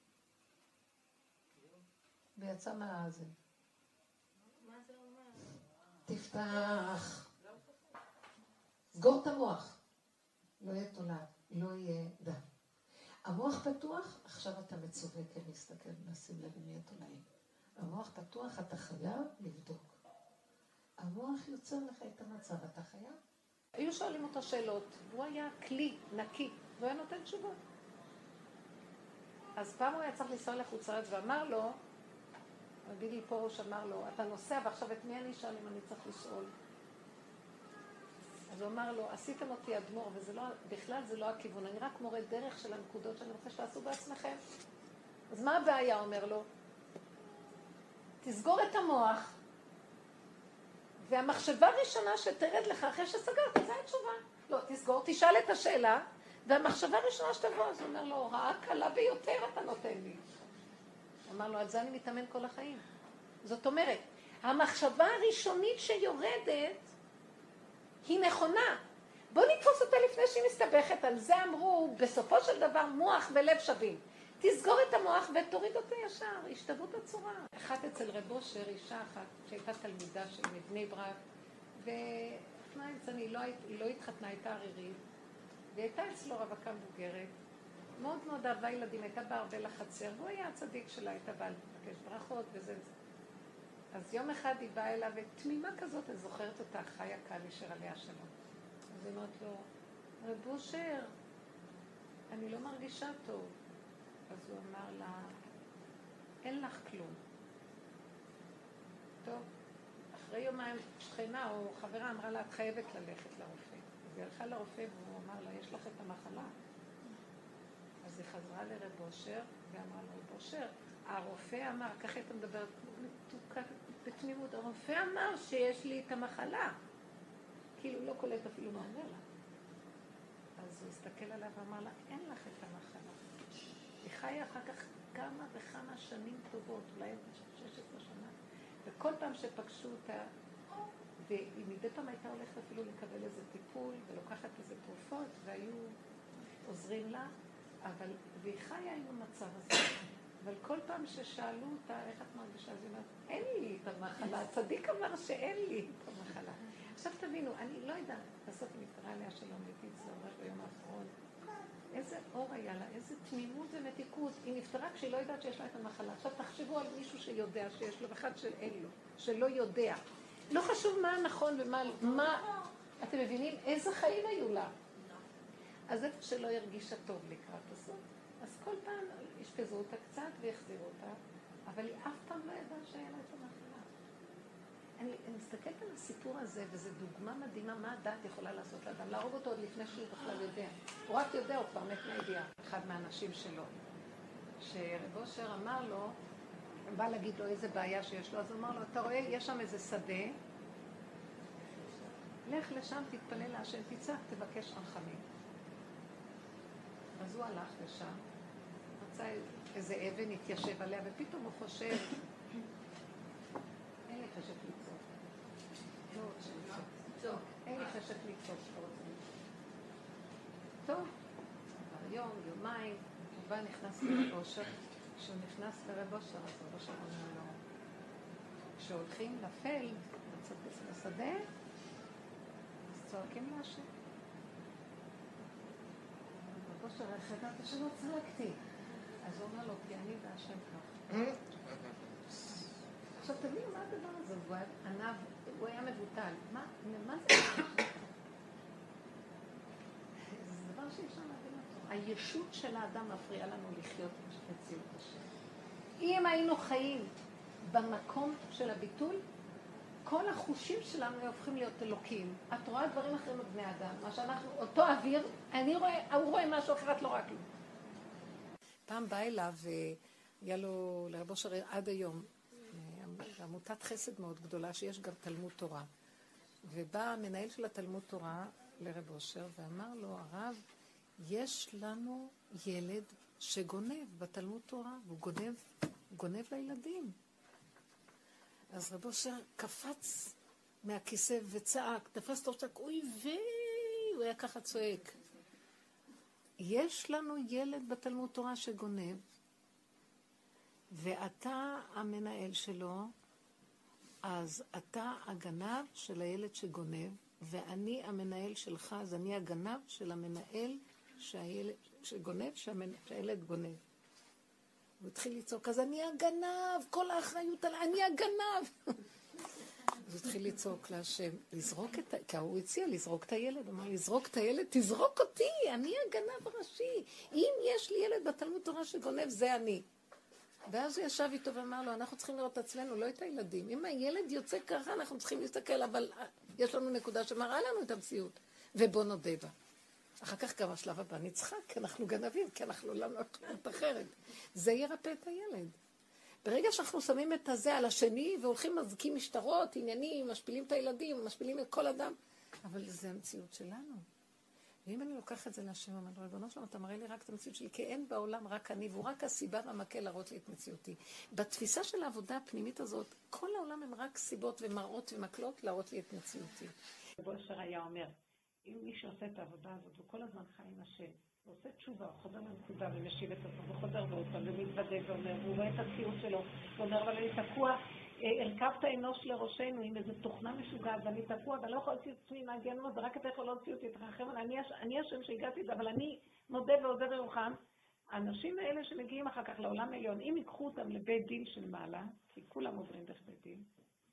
[SPEAKER 3] ויצא מהזה.
[SPEAKER 2] מה זה אומר?
[SPEAKER 3] תפתח. סגור את המוח. לא יהיה תולד, לא יהיה דם. המוח פתוח, עכשיו אתה מצווה כן להסתכל ולשים לב אם יהיה תולעים. המוח פתוח, אתה חייב לבדוק. המוח יוצר לך את המצב, אתה חייב.
[SPEAKER 2] היו שואלים אותו שאלות, והוא היה כלי נקי, והוא היה נותן תשובות. אז פעם הוא היה צריך לנסוע לחוץ לארץ ואמר לו, רבי לי פרוש אמר לו, אתה נוסע ועכשיו את מי אני אשאל אם אני צריך לשאול? אז הוא אמר לו, עשיתם אותי אדמו"ר, ובכלל זה לא הכיוון, אני רק מורה דרך של הנקודות שאני רוצה שתעשו בעצמכם. אז מה הבעיה, אומר לו? תסגור את המוח, והמחשבה הראשונה שתרד לך אחרי שסגרת, זה התשובה. לא, תסגור, תשאל את השאלה, והמחשבה הראשונה שתבוא, אז הוא אומר לו, הוראה קלה ביותר אתה נותן לי. אמר לו, על זה אני מתאמן כל החיים. זאת אומרת, המחשבה הראשונית שיורדת, היא נכונה. בוא נתפוס אותה לפני שהיא מסתבכת. על זה אמרו, בסופו של דבר, מוח ולב שווים. תסגור את המוח ותוריד אותה ישר, השתוות הצורה. אחת אצל רב אושר, אישה אחת, שהייתה תלמידה של מבני ברק, ואפנה אמצעני, היא לא, היא לא התחתנה, הייתה ערירית, והיא הייתה אצלו רווקה מבוגרת, מאוד מאוד אהבה ילדים, הייתה בה הרבה לחצר, והוא היה הצדיק שלה, הייתה באה לבקש ברכות וזה וזה. אז יום אחד היא באה אליו, ותמימה כזאת, אני זוכרת אותה, חיה קלישר עליה שלו. אז היא אומרת לו, רב אושר, אני לא מרגישה טוב. אז הוא אמר לה, אין לך כלום. טוב, אחרי יומיים שכנה או חברה אמרה לה, את חייבת ללכת לרופא. אז היא הלכה לרופא והוא אמר לה, יש לך את המחלה. אז היא חזרה לרב אושר ואמרה לו, רב אושר, הרופא אמר, ככה אתה מדברת בתמימות, הרופא אמר שיש לי את המחלה. כאילו לא קולט אפילו מה אומר לה. אז הוא הסתכל עליה ואמר לה, אין לך את המחלה. היא חיה אחר כך כמה וכמה שנים טובות, אולי שש עשרה שנה. וכל פעם שפגשו אותה, והיא מדי פעם הייתה הולכת אפילו לקבל איזה טיפול, ולוקחת איזה תרופות, והיו עוזרים לה, אבל, והיא חיה עם המצב הזה. אבל כל פעם ששאלו אותה, איך את מרגישה? אז היא אומרת, אין לי את המחלה. הצדיק אמר שאין לי את המחלה. עכשיו תבינו, אני לא יודעת, בסוף נפטרה עליה שלום, הייתי צהרש ביום האחרון. איזה אור היה לה, איזה תמימות ומתיקות. היא נפטרה כשהיא לא יודעת שיש לה את המחלה. עכשיו תחשבו על מישהו שיודע שיש לו, ואחד שאין לו, שלא יודע. לא חשוב מה נכון ומה... מה... אתם מבינים איזה חיים היו לה? אז איפה שלא הרגישה טוב לקראת הסוף, אז כל פעם השפזו אותה קצת והחזירו אותה, אבל היא אף פעם לא ידעה שהיה לה את המחלה. אני, אני מסתכלת על הסיפור הזה, וזו דוגמה מדהימה מה הדת יכולה לעשות לאדם, להרוג אותו עוד לפני שהוא בכלל יודע. הוא רק יודע, הוא כבר מת מהידיעה. אחד מהאנשים שלו, שרב אושר אמר לו, בא להגיד לו איזה בעיה שיש לו, אז הוא אמר לו, אתה רואה, יש שם איזה שדה, לך לשם, תתפלל להשם, תצעק, תבקש רחמים. אז הוא הלך לשם, מצא איזה אבן, התיישב עליה, ופתאום הוא חושב, אין לי חשק לצעוק. לא רוצה לצעוק. אין לי חשק לצעוק שאתה רוצה לצעוק. טוב, עבר יום, יומיים, הוא בא נכנס לרב אושר. כשהוא נכנס לרב אושר, אז רב אושר אומר לו, כשהולכים לפלד, לשדה, אז צועקים להשם. רב אושר, איך ידעת שלא צעקתי? אז הוא אומר לו, כי אני והשם כך. עכשיו תביאו מה הדבר הזה, הוא היה ענב, הוא היה מבוטל. מה, מה זה? זה דבר שאי אפשר להבין אותו. הישות של האדם מפריעה לנו לחיות מציאות השם. אם היינו חיים במקום של הביטול, כל החושים שלנו הופכים להיות אלוקים. את רואה דברים אחרים מבני אדם, מה שאנחנו, אותו אוויר, אני רואה, הוא רואה משהו אחר, את לא רואה כלום. פעם בא אליו, והיה לו לרב אושר עד היום, עמותת חסד מאוד גדולה, שיש גם תלמוד תורה. ובא המנהל של התלמוד תורה לרב אושר, ואמר לו, הרב, יש לנו ילד שגונב בתלמוד תורה, והוא גונב, גונב לילדים. אז רב אושר קפץ מהכיסא וצעק, תפס אותו וצעק, אוי וי, הוא היה ככה צועק. יש לנו ילד בתלמוד תורה שגונב, ואתה המנהל שלו, אז אתה הגנב של הילד שגונב, ואני המנהל שלך, אז אני הגנב של המנהל שהילד, שגונב, שהילד גונב. הוא התחיל לצעוק, אז אני הגנב, כל האחריות על אני הגנב. אז הוא התחיל לצעוק להשם, לזרוק את, כי הוא הציע לזרוק את הילד, הוא אמר, לזרוק את הילד, תזרוק אותי, אני הגנב הראשי. אם יש לי ילד בתלמוד תורה שגונב, זה אני. ואז הוא ישב איתו ואמר לו, אנחנו צריכים לראות את עצמנו, לא את הילדים. אם הילד יוצא ככה, אנחנו צריכים להסתכל, אבל יש לנו נקודה שמראה לנו את המציאות, ובוא נודה בה. אחר כך גם השלב הבא נצחק, כי אנחנו גנבים, כי אנחנו לא נוחלת אחרת. זה ירפא את הילד. ברגע שאנחנו שמים את הזה על השני, והולכים מזקים משטרות, עניינים, משפילים את הילדים, משפילים את כל אדם, אבל זה המציאות שלנו. ואם אני לוקח את זה להשם, אמר לו, ריבונו שלום, אתה מראה לי רק את המציאות שלי, כי אין בעולם רק אני, והוא רק הסיבה והמקל להראות לי את מציאותי. בתפיסה של העבודה הפנימית הזאת, כל העולם הם רק סיבות ומראות ומקלות להראות לי את מציאותי.
[SPEAKER 1] רב אושר היה אומר, אם מי שעושה את העבודה הזאת, הוא כל הזמן חי עם השם, הוא עושה תשובה, הוא חוזר לנקודה ומשיב את עצמו, הוא חוזר ועושה ומתוודה ואומר, והוא רואה את הציאות שלו, הוא אומר, אבל אני תקוע, הרכבת אנוש לראשנו עם איזו תוכנה משוגעת, ואני תקוע, ואני לא יכול להוציא את עצמי מהגיהנום, ורק אתה יכול להוציא אותי, תרחם, אני השם שהגעתי, אבל אני מודה ועוזר וירוחם. האנשים האלה שמגיעים אחר כך לעולם עליון, אם ייקחו אותם לבית דין של מעלה, כי כולם עוברים דרך בית דין,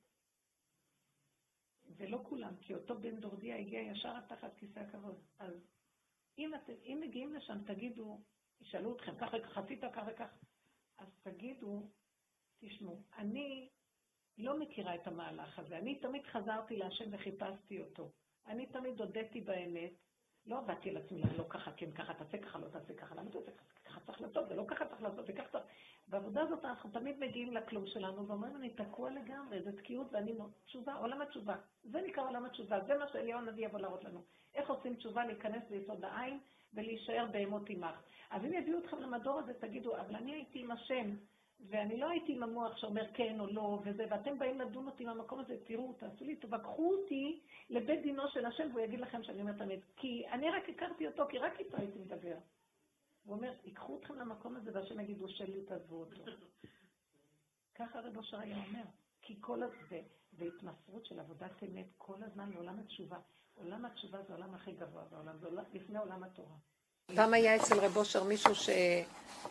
[SPEAKER 1] ולא כולם, כי אותו בן דורדיה הגיע ישר תחת כיסא הכבוד. אז אם, את, אם מגיעים לשם, תגידו, ישאלו אתכם, כך וכך, עשית כך וכך, אז תגידו, תשמעו, אני לא מכירה את המהלך הזה, אני תמיד חזרתי להשם וחיפשתי אותו, אני תמיד הודיתי באמת, לא עבדתי על עצמי, לא ככה, כן ככה, תעשה ככה, לא תעשה ככה, למה תעשה ככה, ככה צריך לעשות, זה לא ככה צריך לעשות, וכך צריך. בעבודה הזאת אנחנו תמיד מגיעים לכלום שלנו, ואומרים, אני תקוע לגמרי, זה תקיעות ואני תשובה, עולם התשובה. זה נקרא עולם התשובה, זה מה שאליהו הנביא יבוא להראות לנו. איך עושים תשובה להיכנס ליסוד העין ולהישאר בהמות עמך. אז אם יביאו אתכם למדור הזה, תגידו, אבל אני הייתי עם השם, ואני לא הייתי עם המוח שאומר כן או לא, וזה, ואתם באים לדון אותי מהמקום הזה, תראו, תעשו לי, תבקחו אותי לבית דינו של השם, והוא יגיד לכם שאני אומרת תמיד, כי אני רק הכרתי אותו, כי רק איתו הייתי מדבר. הוא אומר, ייקחו אתכם למקום הזה, והשם יגידו, שלי תעזבו אותו. ככה רב אושר היה אומר, כי כל הזה, והתמסרות של עבודת אמת, כל הזמן לעולם התשובה. עולם התשובה זה העולם הכי גבוה בעולם, זה לפני עולם התורה.
[SPEAKER 2] פעם היה אצל רב אושר מישהו ש...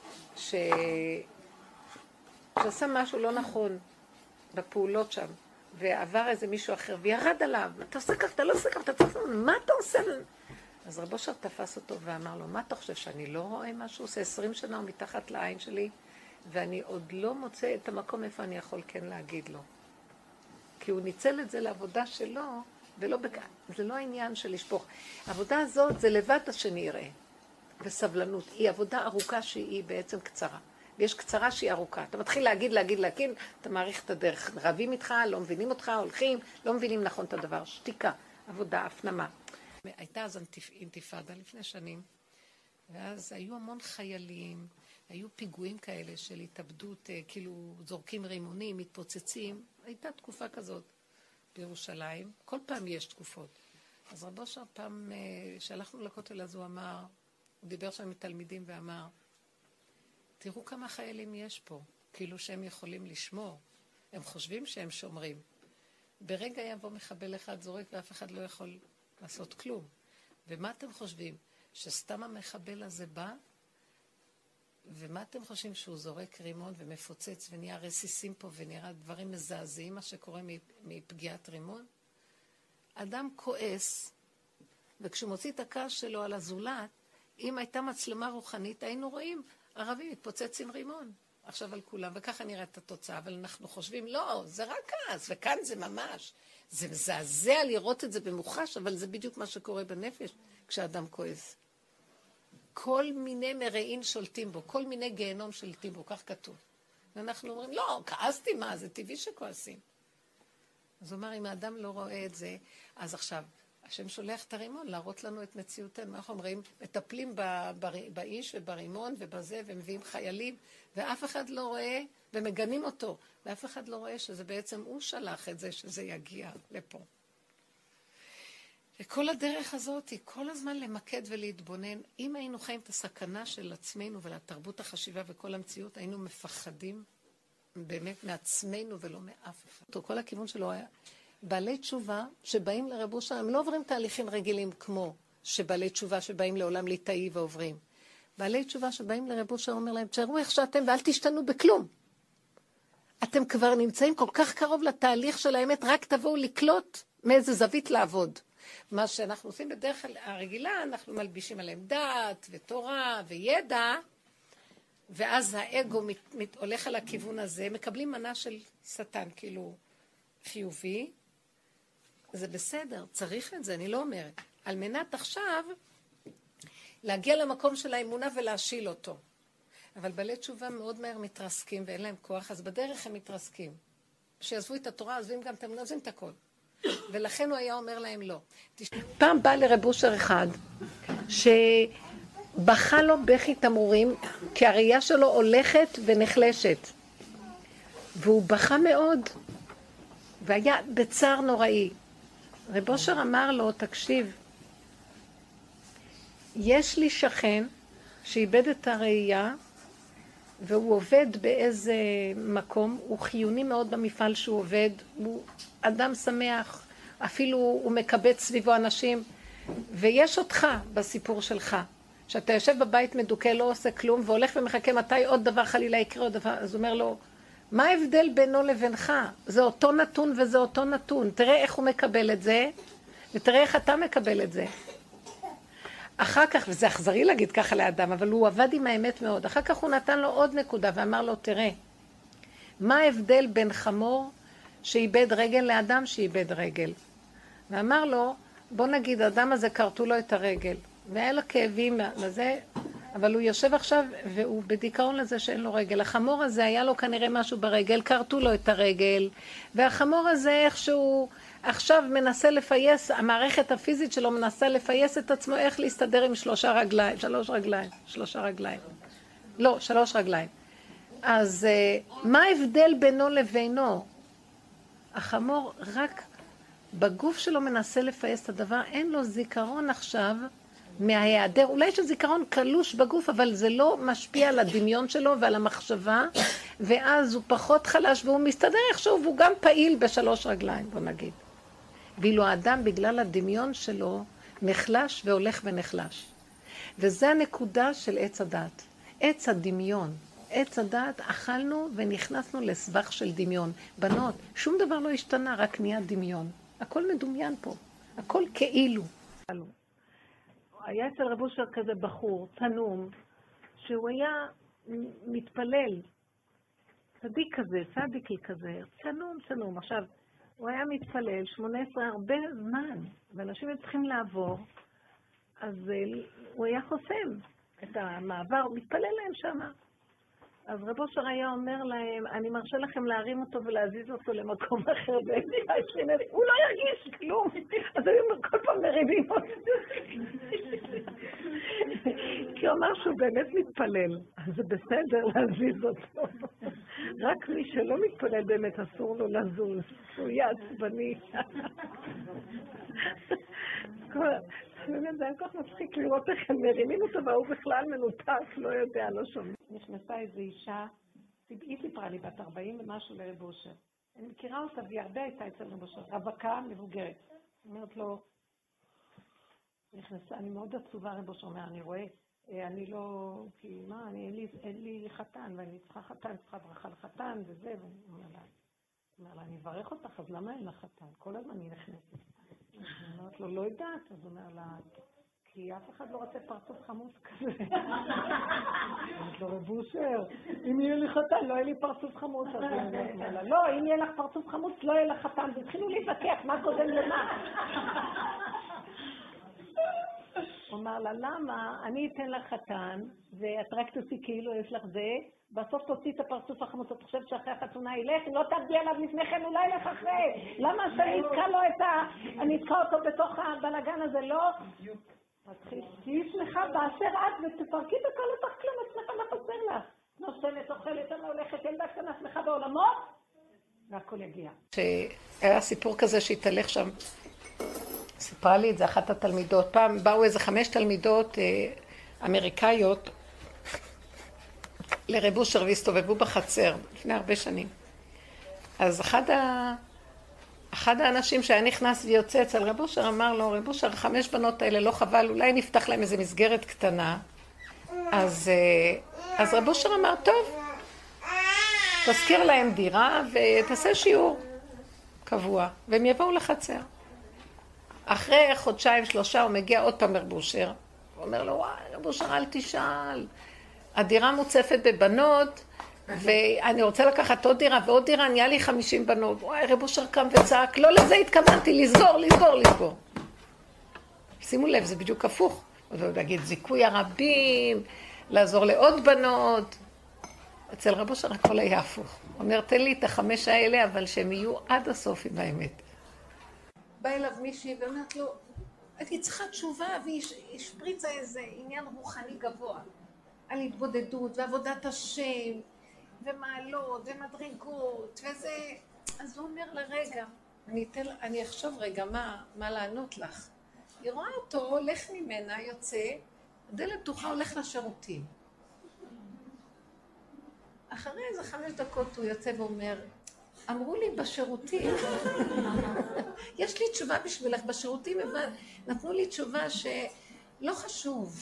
[SPEAKER 2] ש... שעשה משהו לא נכון בפעולות שם,
[SPEAKER 1] ועבר איזה מישהו אחר, וירד עליו, אתה עושה כך, אתה לא עושה כך, אתה צריך לעשות, מה אתה עושה? אז רב אושר תפס אותו ואמר לו, מה אתה חושב, שאני לא רואה משהו? עושה עשרים שנה הוא מתחת לעין שלי, ואני עוד לא מוצא את המקום איפה אני יכול כן להגיד לו. כי הוא ניצל את זה לעבודה שלו, ולא בק... זה לא העניין של לשפוך. העבודה הזאת זה לבד שנראה, וסבלנות. היא עבודה ארוכה שהיא בעצם קצרה. ויש קצרה שהיא ארוכה. אתה מתחיל להגיד, להגיד, להגיד, אתה מעריך את הדרך. רבים איתך, לא מבינים אותך, הולכים, לא מבינים נכון את הדבר. שתיקה, עבודה, הפנמה. הייתה אז אינתיפאדה לפני שנים, ואז היו המון חיילים, היו פיגועים כאלה של התאבדות, כאילו זורקים רימונים, מתפוצצים. הייתה תקופה כזאת בירושלים. כל פעם יש תקופות. אז רב אושר פעם שהלכנו לכותל אז הוא אמר, הוא דיבר שם עם תלמידים ואמר, תראו כמה חיילים יש פה, כאילו שהם יכולים לשמור. הם חושבים שהם שומרים. ברגע יבוא מחבל אחד זורק ואף אחד לא יכול לעשות כלום. ומה אתם חושבים? שסתם המחבל הזה בא? ומה אתם חושבים שהוא זורק רימון ומפוצץ ונהיה רסיסים פה ונראה דברים מזעזעים מה שקורה מפגיעת רימון? אדם כועס, וכשהוא מוציא את הכעס שלו על הזולת, אם הייתה מצלמה רוחנית היינו רואים ערבי מתפוצץ עם רימון. עכשיו על כולם, וככה נראה את התוצאה, אבל אנחנו חושבים, לא, זה רק כעס, וכאן זה ממש. זה מזעזע לראות את זה במוחש, אבל זה בדיוק מה שקורה בנפש כשאדם כועס. כל מיני מרעים שולטים בו, כל מיני גיהנום שולטים בו, כך כתוב. ואנחנו אומרים, לא, כעסתי מה, זה טבעי שכועסים. אז הוא אומר, אם האדם לא רואה את זה, אז עכשיו, השם שולח את הרימון להראות לנו את מציאותנו. אנחנו אומרים, מטפלים באיש וברימון ובזה, ומביאים חיילים, ואף אחד לא רואה, ומגנים אותו, ואף אחד לא רואה שזה בעצם הוא שלח את זה, שזה יגיע לפה. וכל הדרך הזאת היא כל הזמן למקד ולהתבונן. אם היינו חיים את הסכנה של עצמנו ולתרבות החשיבה וכל המציאות, היינו מפחדים באמת מעצמנו ולא מאף אחד. כל הכיוון שלו היה בעלי תשובה שבאים לרב אושר, הם לא עוברים תהליכים רגילים כמו שבעלי תשובה שבאים לעולם ליטאי ועוברים. בעלי תשובה שבאים לרב אושר אומר להם, תראו איך שאתם ואל תשתנו בכלום. אתם כבר נמצאים כל כך קרוב לתהליך של האמת, רק תבואו לקלוט מאיזה זווית לעבוד. מה שאנחנו עושים בדרך הרגילה, אנחנו מלבישים עליהם דת ותורה וידע, ואז האגו מת, מת, הולך על הכיוון הזה, מקבלים מנה של שטן, כאילו חיובי, זה בסדר, צריך את זה, אני לא אומרת. על מנת עכשיו להגיע למקום של האמונה ולהשיל אותו. אבל בעלי תשובה מאוד מהר מתרסקים ואין להם כוח, אז בדרך הם מתרסקים. שיעזבו את התורה, עזבים גם את האמונה, עזבים את הכל. ולכן הוא היה אומר להם לא. פעם בא לרב אושר אחד, שבכה לו בכי תמרורים, כי הראייה שלו הולכת ונחלשת. והוא בכה מאוד, והיה בצער נוראי. רב אושר אמר לו, תקשיב, יש לי שכן שאיבד את הראייה, והוא עובד באיזה מקום, הוא חיוני מאוד במפעל שהוא עובד, הוא אדם שמח, אפילו הוא מקבץ סביבו אנשים, ויש אותך בסיפור שלך, שאתה יושב בבית מדוכא, לא עושה כלום, והולך ומחכה מתי עוד דבר חלילה יקרה עוד דבר, אז הוא אומר לו, מה ההבדל בינו לבינך? זה אותו נתון וזה אותו נתון, תראה איך הוא מקבל את זה, ותראה איך אתה מקבל את זה. אחר כך, וזה אכזרי להגיד ככה לאדם, אבל הוא עבד עם האמת מאוד. אחר כך הוא נתן לו עוד נקודה ואמר לו, תראה, מה ההבדל בין חמור שאיבד רגל לאדם שאיבד רגל? ואמר לו, בוא נגיד, האדם הזה קרתו לו את הרגל, והיה לו כאבים לזה, אבל הוא יושב עכשיו והוא בדיכאון לזה שאין לו רגל. החמור הזה היה לו כנראה משהו ברגל, קרתו לו את הרגל, והחמור הזה איכשהו עכשיו מנסה לפייס, המערכת הפיזית שלו מנסה לפייס את עצמו איך להסתדר עם שלושה רגליים, שלוש רגליים, שלושה רגליים. לא, שלוש רגליים. אז מה ההבדל בינו לבינו? החמור רק בגוף שלו מנסה לפייס את הדבר, אין לו זיכרון עכשיו מההיעדר. אולי יש זיכרון קלוש בגוף, אבל זה לא משפיע על הדמיון שלו ועל המחשבה, ואז הוא פחות חלש והוא מסתדר איכשהו, והוא גם פעיל בשלוש רגליים, בוא נגיד. ואילו האדם בגלל הדמיון שלו נחלש והולך ונחלש. וזה הנקודה של עץ הדת. עץ הדמיון.
[SPEAKER 3] עץ הדעת אכלנו ונכנסנו לסבך של דמיון. בנות, שום דבר לא השתנה, רק נהיה דמיון. הכל מדומיין פה, הכל כאילו.
[SPEAKER 2] היה אצל רב אושר כזה בחור, תנום, שהוא היה מתפלל, צדיק כזה, צדיקי כזה, צנום, צנום. עכשיו, הוא היה מתפלל שמונה עשרה הרבה זמן, ואנשים היו צריכים לעבור, אז הוא היה חוסם את המעבר, הוא מתפלל להם שם. אז רב אושר היה אומר להם, אני מרשה לכם להרים אותו ולהזיז אותו למקום אחר, הוא לא ירגיש כלום, אז היו כל פעם מרימים אותו. כי הוא אמר שהוא באמת מתפלל, אז זה בסדר להזיז אותו. רק מי שלא מתפלל באמת אסור לו לזוז, הוא יהיה עצבני. באמת זה היה כל כך מצחיק לראות איך הם מרימים אותו, והוא בכלל מנותק, לא יודע, לא שומע. נכנסה איזו אישה, היא סיפרה לי בת ארבעים ומשהו לרב אושר. אני מכירה אותה והיא הרבה הייתה אצל רב אושר, רווקה מבוגרת. אומרת לו, נכנסה, אני מאוד עצובה, רב אושר אומר, אני רואה, אני לא, כי מה, אני, אין, לי, אין לי חתן, ואני צריכה חתן, צריכה ברכה לחתן וזה, ואני אומר לה, אומר לה, אני אברך אותך, אז למה אין לך חתן? כל הזמן היא נכנסת. אז היא אומרת לו, לא יודעת, אז הוא אומר לה, כי אף אחד לא רוצה פרצוף חמוץ כזה. אומרת לו, רב אושר, אם יהיה לי חתן, לא יהיה לי פרצוף חמוץ. אז היא אומר לה, לא, אם יהיה לך פרצוף חמוץ, לא יהיה לך חתן. והתחילו להתווכח, מה קודם למה? הוא אמר לה, למה? אני אתן לך חתן, ואת רק תוציא כאילו יש לך זה, בסוף תוציא את הפרצוף החמוץ, את חושבת שאחרי החתונה ילך, אם לא תעבדי עליו לפני כן, אולי לך אחרי. למה שאני אתקע לו את ה... אני אתקע אותו בתוך הבלגן הזה, לא? תהי שמחה באשר את ותפרקי את הכל אותך כלום, את שמחה מה חסר לך. נושנת, אוכלת, אני הולכת, ילדה קטנה שמחה בעולמות, והכל יגיע.
[SPEAKER 3] שהיה סיפור כזה שהתהלך שם, סיפרה לי את זה אחת התלמידות, פעם באו איזה חמש תלמידות אה, אמריקאיות לרב אושר והסתובבו בחצר לפני הרבה שנים. אז אחד, ה... אחד האנשים שהיה נכנס ויוצא אצל רב אושר אמר לו, רב אושר, חמש בנות האלה לא חבל, אולי נפתח להם איזה מסגרת קטנה. אז, אז רב אושר אמר, טוב, תזכיר להם דירה ותעשה שיעור קבוע, והם יבואו לחצר. אחרי חודשיים שלושה הוא מגיע עוד פעם רב אושר, הוא אומר לו, וואי, רב אושר, אל תשאל, הדירה מוצפת בבנות, ואני רוצה לקחת עוד דירה ועוד דירה, נהיה לי חמישים בנות. וואי, רב אושר קם וצעק, לא לזה התכוונתי, לסגור, לסגור, לסגור. שימו לב, זה בדיוק הפוך. הוא להגיד, זיכוי הרבים, לעזור לעוד בנות. אצל רב אושר הכל היה הפוך. הוא אומר, תן לי את החמש האלה, אבל שהם יהיו עד הסוף עם האמת. בא אליו מישהי ואומרת לו, אני צריכה תשובה, והיא השפריצה איזה עניין רוחני גבוה. על התבודדות ועבודת השם, ומעלות ומדרגות, וזה... אז הוא אומר לרגע, אני, אתן, אני אחשוב רגע מה, מה לענות לך. היא רואה אותו, הולך ממנה, יוצא, הדלת פתוחה, הולך לשירותים. אחרי איזה חמש דקות הוא יוצא ואומר, אמרו לי בשירותים, יש לי תשובה בשבילך, בשירותים נתנו לי תשובה שלא חשוב.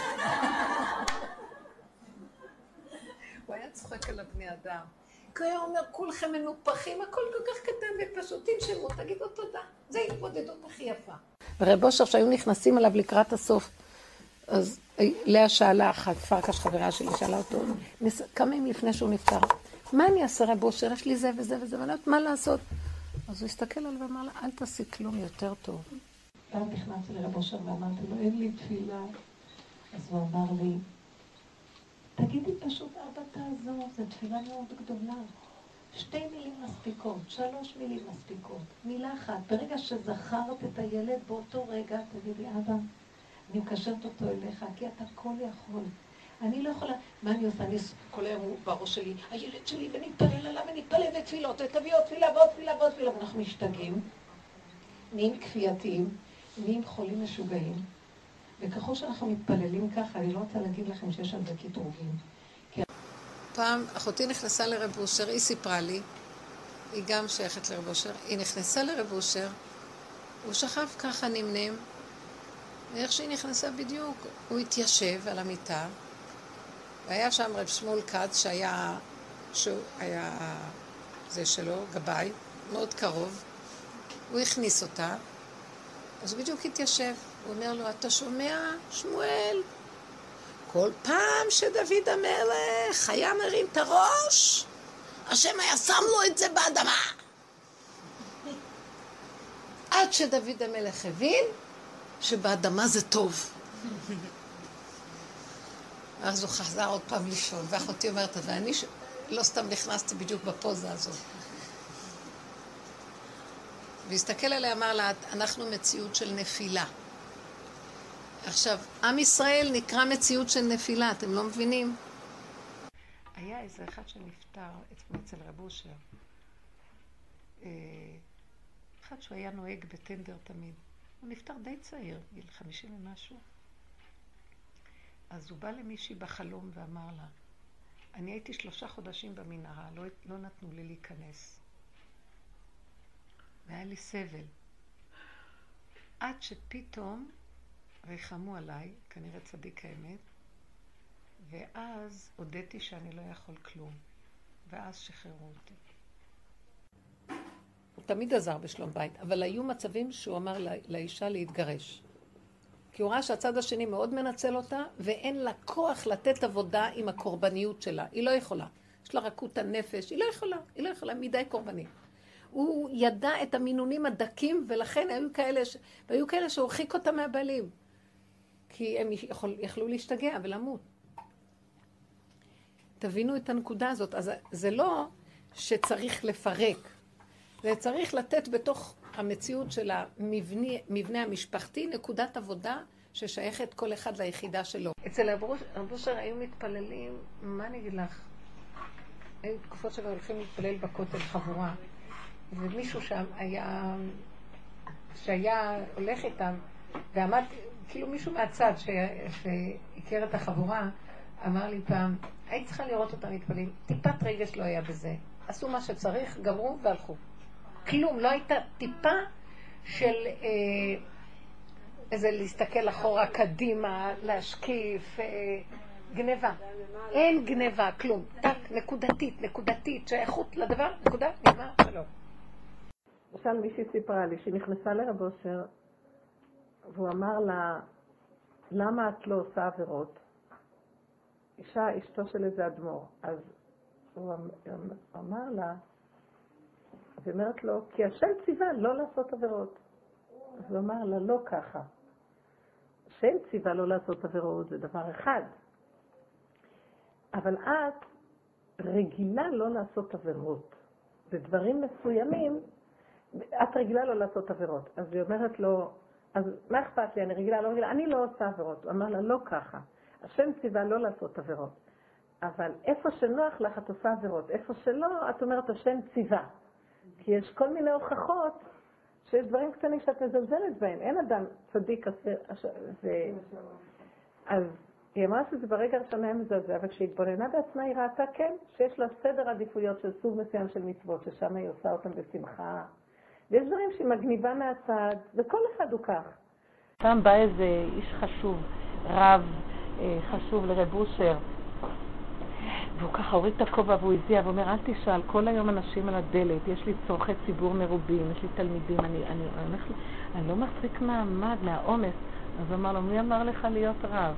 [SPEAKER 3] הוא היה צוחק על הבני אדם. כי הוא אומר, כולכם מנופחים, הכל כל כך קטן ופשוטים שלו, תגידו תודה. זה התמודדות הכי יפה. ורב אושר שהיו נכנסים עליו לקראת הסוף, אז לאה שאלה אחת, פרקש חברה שלי, שאלה אותו, כמה ימים לפני שהוא נפטר, מה אני אעשה רב אושר? יש לי זה וזה וזה, ואני יודעת מה לעשות? אז הוא הסתכל עליו ואמר לה, אל תעשי כלום יותר טוב. פעם נכנסתי לרב אושר ואמרתי לו, אין לי תפילה. אז הוא אמר לי, תגידי פשוט אבא תעזור, זו תפילה מאוד גדולה. שתי מילים מספיקות, שלוש מילים מספיקות, מילה אחת. ברגע שזכרת את הילד באותו רגע, תגידי אבא, אני מקשרת אותו אליך, כי אתה כל יכול. אני לא יכולה, מה אני עושה? אני כל היום הוא בראש שלי, הילד שלי, ונתפלל עליו, ונתפלל ותפילות, ותביא עוד תפילה ועוד תפילה ועוד תפילה, ואנחנו משתגעים, נהיים כפייתיים, נהיים חולים משוגעים. וככל שאנחנו מתפללים ככה, אני לא רוצה להגיד לכם שיש על זה קטרוגים. פעם אחותי נכנסה לרב אושר, היא סיפרה לי, היא גם שייכת לרב אושר, היא נכנסה לרב אושר, הוא שכב ככה נמנם, ואיך שהיא נכנסה בדיוק, הוא התיישב על המיטה,
[SPEAKER 1] והיה שם רב שמואל כץ שהיה, שהוא היה זה שלו, גבאי, מאוד קרוב. הוא הכניס אותה, אז הוא בדיוק התיישב. הוא אומר לו, אתה שומע, שמואל? כל פעם שדוד המלך היה מרים את הראש, השם היה שם לו את זה באדמה. עד שדוד המלך הבין שבאדמה זה טוב. אז הוא חזר עוד פעם לישון, ואחותי אומרת, ואני ש... לא סתם נכנסתי בדיוק בפוזה הזאת. והסתכל עליה, אמר לה, אנחנו מציאות של נפילה. עכשיו, עם ישראל נקרא מציאות של נפילה, אתם לא מבינים? היה איזה אחד שנפטר אצל רב אושר. אחד שהוא היה נוהג בטנדר תמיד. הוא נפטר די צעיר, גיל חמישים ומשהו. אז הוא בא למישהי בחלום ואמר לה, אני הייתי שלושה חודשים במנהרה, לא, לא נתנו לי להיכנס. והיה לי סבל. עד שפתאום רחמו עליי, כנראה צדיק האמת, ואז הודיתי שאני לא יכול כלום. ואז שחררו אותי. הוא תמיד עזר בשלום בית, אבל היו מצבים שהוא אמר לא, לאישה להתגרש. כי הוא ראה שהצד השני מאוד מנצל אותה, ואין לה כוח לתת עבודה עם הקורבניות שלה. היא לא יכולה. יש לה רכות הנפש, היא לא יכולה. היא לא יכולה, מדי קורבנית. הוא ידע את המינונים הדקים, ולכן היו כאלה, ש... והיו כאלה שהורחיק אותם מהבעלים. כי הם יכול... יכלו להשתגע ולמות. תבינו את הנקודה הזאת. אז זה לא שצריך לפרק. זה צריך לתת בתוך המציאות של המבנה, מבנה המשפחתי, נקודת עבודה ששייכת כל אחד ליחידה שלו. אצל רב אושר היו מתפללים, מה אני אגיד לך? היו תקופות שלו הולכים להתפלל בכותל חבורה, ומישהו שם היה, שהיה הולך איתם, ועמד, כאילו מישהו מהצד שהכיר את החבורה, אמר לי פעם, היית צריכה לראות אותם מתפללים, טיפת רגש לא היה בזה. עשו מה שצריך, גמרו והלכו. כלום, לא הייתה טיפה של אה, איזה להסתכל אחורה, קדימה, להשקיף, אה, גניבה. אין גניבה, כלום. טק, נקודתית, נקודתית, שייכות לדבר, נקודה, נגמר, שלום. למשל מישהי סיפרה לי שהיא נכנסה לרב אושר, והוא אמר לה, למה את לא עושה עבירות? אישה, אשתו של איזה אדמו"ר. אז הוא אמר לה, היא אומרת לו, כי השם ציווה לא לעשות עבירות. אז הוא אמר לה, לא ככה. השם ציווה לא לעשות עבירות, זה דבר אחד. אבל את רגילה לא לעשות עבירות. בדברים מסוימים, את רגילה לא לעשות עבירות. אז היא אומרת לו, אז מה אכפת לי? אני רגילה, לא רגילה. אני לא עושה עבירות. הוא אמר לה, לא ככה. השם ציווה לא לעשות עבירות. אבל איפה שנוח לך את עושה עבירות. איפה שלא, את אומרת, השם ציווה. כי יש כל מיני הוכחות שיש דברים קטנים שאת מזלזלת בהם. אין אדם צדיק עשר... ו... אז היא אמרה שזה ברגע הראשון היה מזלזל, אבל כשהתבוננה בעצמה היא ראתה כן, שיש לה סדר עדיפויות של סוג מסוים של מצוות, ששם היא עושה אותם בשמחה. ויש דברים שהיא מגניבה מהצד, וכל אחד הוא כך.
[SPEAKER 4] פעם בא איזה איש חשוב, רב חשוב לרב אושר, והוא ככה הוריד את הכובע והוא הזיע ואומר, אל תשאל, כל היום אנשים על הדלת, יש לי צורכי ציבור מרובים, יש לי תלמידים, אני, אני, אני, אני לא מחזיק מעמד, מהעומס. אז הוא אמר לו, מי אמר לך להיות רב?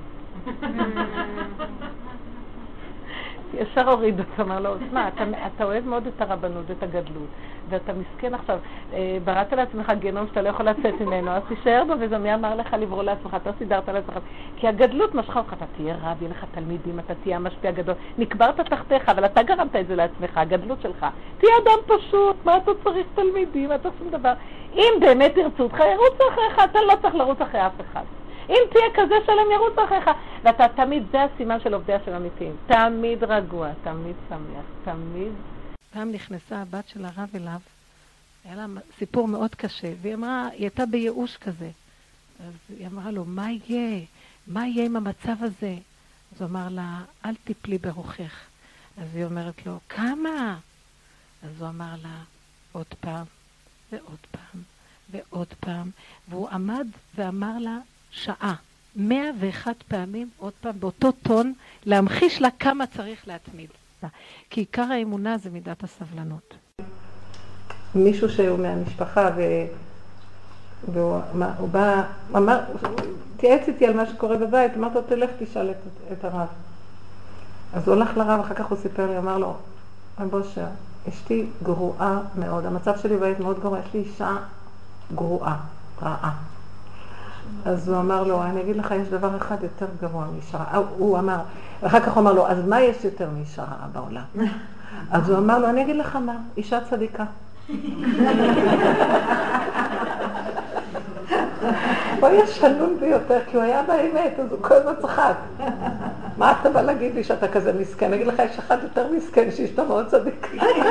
[SPEAKER 4] ישר הוריד אותו, אמר לו, מה, אתה, אתה אוהב מאוד את הרבנות ואת הגדלות, ואתה מסכן עכשיו, בראת לעצמך גנום שאתה לא יכול לצאת ממנו, אז תישאר בו, וזה מי אמר לך לברוא לעצמך, אתה סידרת לעצמך, כי הגדלות משכה אותך, אתה תהיה רב, יהיה לך תלמידים, אתה תהיה המשפיע גדול, נקברת תחתיך, אבל אתה גרמת את זה לעצמך, הגדלות שלך, תהיה אדם פשוט, מה אתה צריך תלמידים, מה אתה שום דבר, אם באמת ירצו אותך, ירוץ אחריך, אתה לא צריך לרוץ אחרי אף אחד. אם תהיה כזה שלם ירוץ אחריך, ואתה תמיד, זה הסימן של עובדי השם אמיתיים, תמיד רגוע, תמיד שמח, תמיד. פעם נכנסה הבת של הרב אליו, היה לה סיפור מאוד קשה, והיא אמרה, היא הייתה בייאוש כזה, אז היא אמרה לו, מה יהיה? מה יהיה עם המצב הזה? אז הוא אמר לה, אל תיפלי ברוחך. אז היא אומרת לו, כמה? אז הוא אמר לה, עוד פעם, ועוד פעם, ועוד פעם, והוא עמד ואמר לה, שעה.
[SPEAKER 1] מאה ואחת פעמים, עוד פעם, באותו טון, להמחיש לה כמה צריך להתמיד. כי עיקר האמונה זה מידת הסבלנות.
[SPEAKER 3] מישהו שהוא מהמשפחה, ו... והוא הוא בא, אמר, תייעץ איתי על מה שקורה בבית, אמרת לו, תלך תשאל את, את הרב. אז הוא הולך לרב, אחר כך הוא סיפר לי, אמר לו, בושר, אשתי גרועה מאוד, המצב שלי בבית מאוד גרוע, יש לי אישה גרועה, רעה. אז הוא אמר לו, אני אגיד לך, יש דבר אחד יותר גרוע מאישה רעה. הוא אמר, ואחר כך הוא אמר לו, אז מה יש יותר מאישה רעה בעולם? אז הוא אמר לו, אני אגיד לך מה, אישה צדיקה. הוא היה שנון ביותר, כי הוא היה באמת, אז הוא כל הזמן צחק. מה אתה בא להגיד לי שאתה כזה מסכן? אני אגיד לך, יש אחד יותר מסכן שאשתו מאוד צדיקה.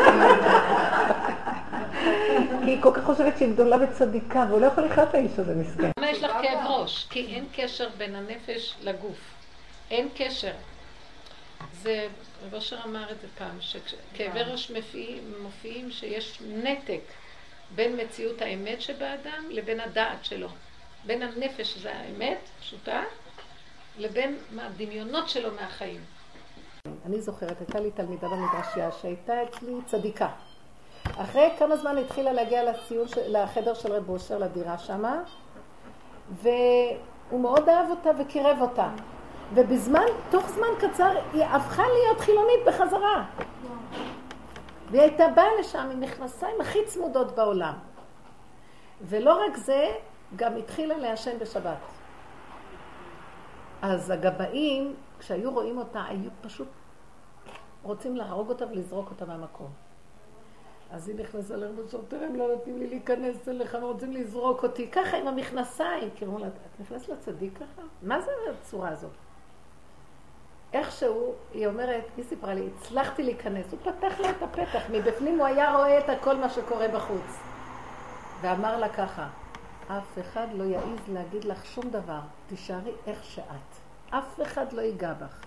[SPEAKER 3] כי היא כל כך חושבת שהיא גדולה וצדיקה, והוא לא יכול לחיות האיש הזה מסכן.
[SPEAKER 1] למה יש לך כאב ראש? כי אין קשר בין הנפש לגוף. אין קשר. זה, רב אושר אמר את זה פעם, שכאבי ראש מופיעים שיש נתק בין מציאות האמת שבאדם לבין הדעת שלו. בין הנפש, שזה האמת, פשוטה, לבין הדמיונות שלו מהחיים.
[SPEAKER 2] אני זוכרת, הייתה לי תלמידה במדרשייה שהייתה אצלי צדיקה. אחרי כמה זמן התחילה להגיע לציון, לחדר של רב אושר, לדירה שמה, והוא מאוד אהב אותה וקירב אותה. ובזמן, תוך זמן קצר, היא הפכה להיות חילונית בחזרה. והיא הייתה באה לשם עם מכנסיים הכי צמודות בעולם. ולא רק זה, גם התחילה לעשן בשבת. אז הגבאים, כשהיו רואים אותה, היו פשוט רוצים להרוג אותה ולזרוק אותה מהמקום. אז היא נכנסה לרב אושר, תראה, הם לא נותנים לי להיכנס אליך, הם רוצים לזרוק אותי. ככה עם המכנסיים. כי אמרו לה, את נכנסת לצדיק ככה? מה זה הצורה הזאת? איכשהו, היא אומרת, היא סיפרה לי, הצלחתי להיכנס. הוא פתח לה את הפתח, מבפנים הוא היה רואה את הכל מה שקורה בחוץ. ואמר לה ככה, אף אחד לא יעיז להגיד לך שום דבר, תישארי איך שאת. אף אחד לא ייגע בך.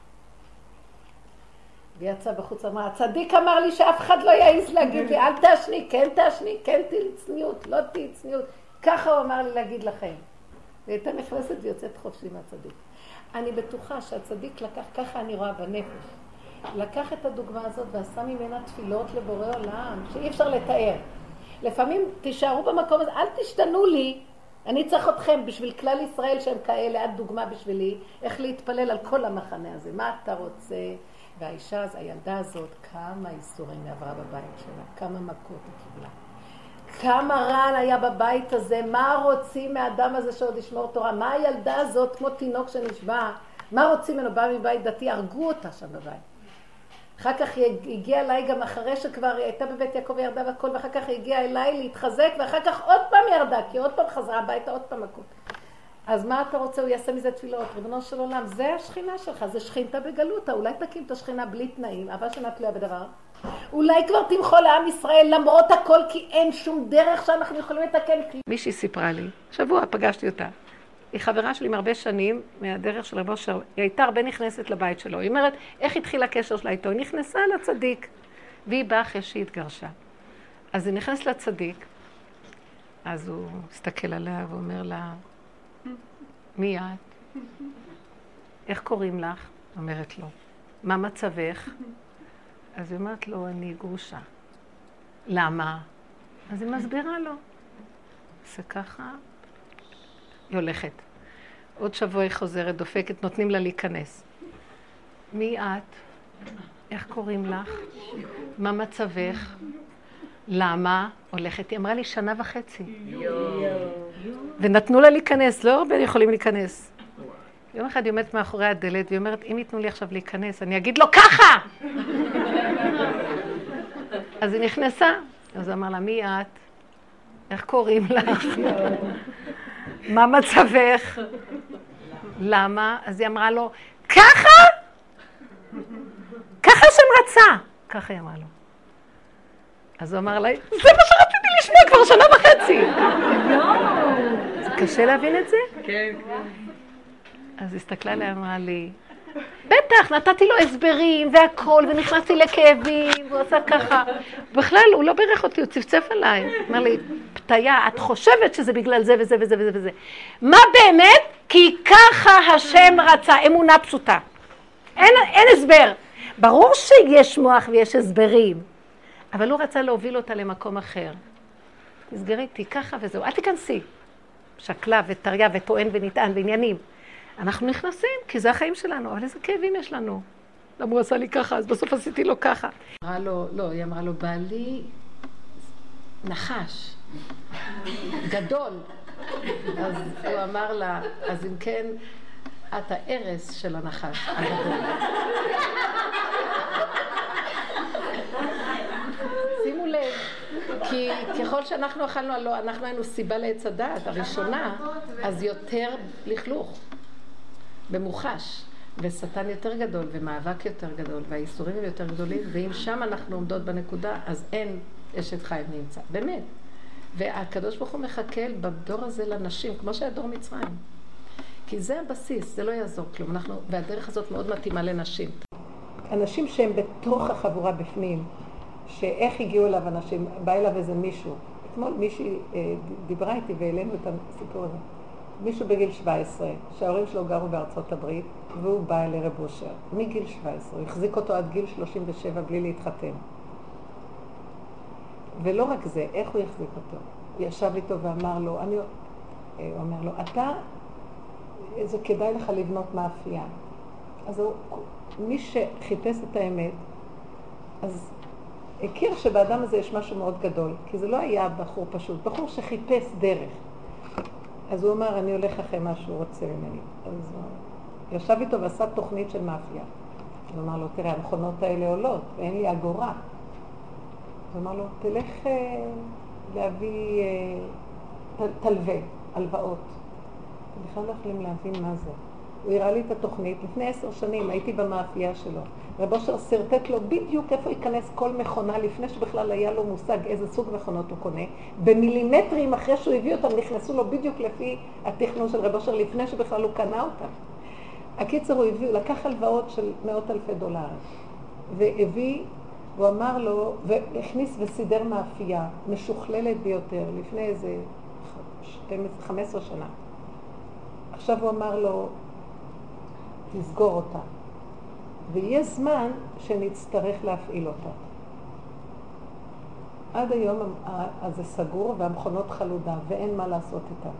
[SPEAKER 2] ויצא בחוץ, אמרה, הצדיק אמר לי שאף אחד לא יעיז להגיד לי, אל תעשני, כן תעשני, כן תהי צניעות, לא תהי צניעות. ככה הוא אמר לי להגיד לכם. והייתה נכנסת ויוצאת חופשי מהצדיק. אני בטוחה שהצדיק לקח, ככה אני רואה בנפש, לקח את הדוגמה הזאת ועשה ממנה תפילות לבורא עולם, שאי אפשר לתאר. לפעמים תישארו במקום הזה, אל תשתנו לי, אני צריך אתכם בשביל כלל ישראל שהם כאלה, את דוגמה בשבילי, איך להתפלל על כל המחנה הזה, מה אתה רוצה? והאישה, הילדה הזאת, כמה איסורים עברה בבית שלה, כמה מכות היא קיבלה. כמה רעל היה בבית הזה, מה רוצים מהאדם הזה שעוד ישמור תורה, מה הילדה הזאת כמו תינוק שנשבע, מה רוצים ממנו, בא מבית דתי, הרגו אותה שם בבית. אחר כך היא הגיעה אליי גם אחרי שכבר היא הייתה בבית יעקב וירדה והכל, ואחר כך היא הגיעה אליי להתחזק, ואחר כך עוד פעם ירדה, כי עוד פעם חזרה הביתה, עוד פעם מכות. אז מה אתה רוצה? הוא יעשה מזה תפילות, ריבונו של עולם, זה השכינה שלך, זה שכינתה בגלותה, אולי תקים את השכינה בלי תנאים, אבל שנה תלויה בדבר. אולי כבר תמחול לעם ישראל למרות הכל, כי אין שום דרך שאנחנו יכולים לתקן.
[SPEAKER 1] מישהי סיפרה לי, שבוע פגשתי אותה, היא חברה שלי מהרבה שנים, מהדרך של רב אושר, היא הייתה הרבה נכנסת לבית שלו, היא אומרת, איך התחיל הקשר שלה איתו? היא נכנסה לצדיק, והיא באה אחרי שהיא התגרשה. אז היא נכנסת לצדיק, אז הוא הסתכל עליה ואומר לה, מי את? איך קוראים לך? אומרת לו, מה מצבך? אז היא אומרת לו, אני גרושה. למה? אז היא מסבירה לו. זה ככה, היא הולכת. עוד שבוע היא חוזרת, דופקת, נותנים לה להיכנס. מי את? איך קוראים לך? מה מצבך? למה? הולכת, היא אמרה לי שנה וחצי. ונתנו לה להיכנס, לא הרבה יכולים להיכנס. יום אחד היא עומדת מאחורי הדלת, והיא אומרת, אם ייתנו לי עכשיו להיכנס, אני אגיד לו ככה! אז היא נכנסה. אז היא אמרה לה, מי את? איך קוראים לך? מה מצבך? למה? אז היא אמרה לו, ככה? ככה שם רצה. ככה היא אמרה לו. אז הוא אמר לה, זה מה שרציתי לשמוע כבר שנה וחצי. זה קשה להבין את זה?
[SPEAKER 5] כן, כן.
[SPEAKER 1] אז הסתכלה לה, אמרה לי, בטח, נתתי לו הסברים והכל, ונכנסתי לכאבים, והוא עשה ככה. בכלל, הוא לא בירך אותי, הוא צפצף עליי. אמר לי,
[SPEAKER 3] הטיה, את חושבת שזה בגלל זה וזה וזה וזה וזה. מה באמת? כי ככה השם רצה, אמונה פשוטה. אין, אין הסבר. ברור שיש מוח ויש הסברים, אבל הוא רצה להוביל אותה למקום אחר. תסגרי, תהי ככה וזהו, אל תיכנסי. שקלה וטריה וטוען ונטען ועניינים. אנחנו נכנסים, כי זה החיים שלנו, אבל איזה כאבים יש לנו. למה הוא עשה לי ככה, אז בסוף עשיתי לו ככה. אמרה לו, לא, היא אמרה לו, בעלי נחש, גדול. אז הוא אמר לה, אז אם כן, את הארס של הנחש הגדול. שימו לב, כי ככל שאנחנו אכלנו, לא, אנחנו היינו סיבה לעץ הדעת, הראשונה, אז יותר לכלוך, במוחש, ושטן יותר גדול, ומאבק יותר גדול, והאיסורים הם יותר גדולים, ואם שם אנחנו עומדות בנקודה, אז אין אשת חיים נמצא, באמת. והקדוש ברוך הוא מחכה בדור הזה לנשים, כמו שהיה דור מצרים. כי זה הבסיס, זה לא יעזור כלום, אנחנו, והדרך הזאת מאוד מתאימה לנשים. אנשים שהם בתוך החבורה בפנים, שאיך הגיעו אליו אנשים, בא אליו איזה מישהו. אתמול מישהי אה, דיברה איתי והעלינו את הסיפור הזה. מישהו בגיל שבע עשרה, שההורים שלו גרו בארצות הברית, והוא בא אל רב אושר. מגיל שבע עשרה, הוא החזיק אותו עד גיל שלושים ושבע בלי להתחתן. ולא רק זה, איך הוא יחזיק אותו? הוא ישב איתו ואמר לו, אני, הוא אומר לו, אתה, זה כדאי לך לבנות מאפייה. אז הוא, מי שחיפש את האמת, אז הכיר שבאדם הזה יש משהו מאוד גדול, כי זה לא היה בחור פשוט, בחור שחיפש דרך. אז הוא אמר, אני הולך אחרי מה שהוא רוצה ממני. אז הוא ישב איתו ועשה תוכנית של מאפייה. הוא אמר לו, תראה, המכונות האלה עולות, ואין לי אגורה. הוא אמר לו, תלך אה, להביא אה, תלווה, הלוואות. אתם בכלל לא יכולים להבין מה זה. הוא הראה לי את התוכנית, לפני עשר שנים הייתי במאפייה שלו. רב אושר סרטט לו בדיוק איפה ייכנס כל מכונה, לפני שבכלל היה לו מושג איזה סוג מכונות הוא קונה. במילימטרים אחרי שהוא הביא אותם, נכנסו לו בדיוק לפי התכנון של רב אושר, לפני שבכלל הוא קנה אותם. הקיצר הוא הביא, לקח הלוואות של מאות אלפי דולר, והביא, הוא אמר לו, והכניס וסידר מאפייה, משוכללת ביותר, לפני איזה חמש עשרה שנה. עכשיו הוא אמר לו, תסגור אותה. ויש זמן שנצטרך להפעיל אותה. עד היום זה סגור והמכונות חלודה ואין מה לעשות איתן.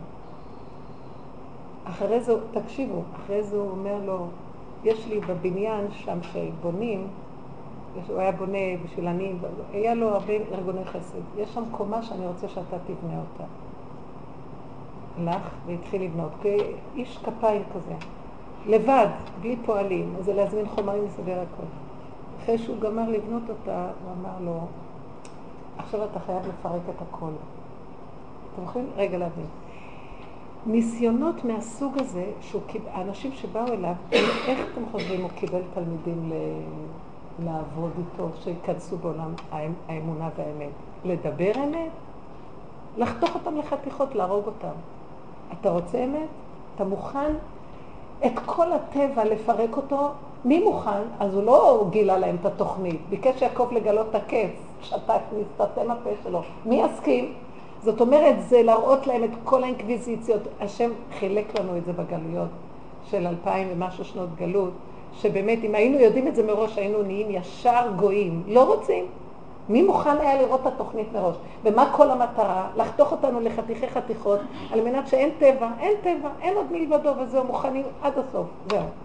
[SPEAKER 3] אחרי זה, תקשיבו, אחרי זה הוא אומר לו, יש לי בבניין שם שבונים, הוא היה בונה בשביל עניים, היה לו הרבה ארגוני חסד. יש שם קומה שאני רוצה שאתה תבנה אותה. הלך והתחיל לבנות, כאיש כפיים כזה. לבד, בלי פועלים, אז זה להזמין חומרים לסדר הכל. אחרי שהוא גמר לבנות אותה, הוא אמר לו, עכשיו אתה חייב לפרק את הכל. אתם יכולים רגע להבין. ניסיונות מהסוג הזה, האנשים שבאו אליו, איך אתם חושבים הוא קיבל תלמידים לעבוד איתו, שיכנסו בעולם האמונה והאמת? לדבר אמת? לחתוך אותם לחתיכות, להרוג אותם. אתה רוצה אמת? אתה מוכן? את כל הטבע לפרק אותו, מי מוכן? אז הוא לא גילה להם את התוכנית. ביקש יעקב לגלות את הקץ, שתק נסתתם הפה שלו. מי יסכים? זאת אומרת, זה להראות להם את כל האינקוויזיציות. השם חילק לנו את זה בגלויות של אלפיים ומשהו שנות גלות, שבאמת אם היינו יודעים את זה מראש, היינו נהיים ישר גויים. לא רוצים. מי מוכן היה לראות את התוכנית מראש? ומה כל המטרה? לחתוך אותנו לחתיכי חתיכות, על מנת שאין טבע, אין טבע, אין עוד מלבדו, וזהו, מוכנים עד הסוף. זהו.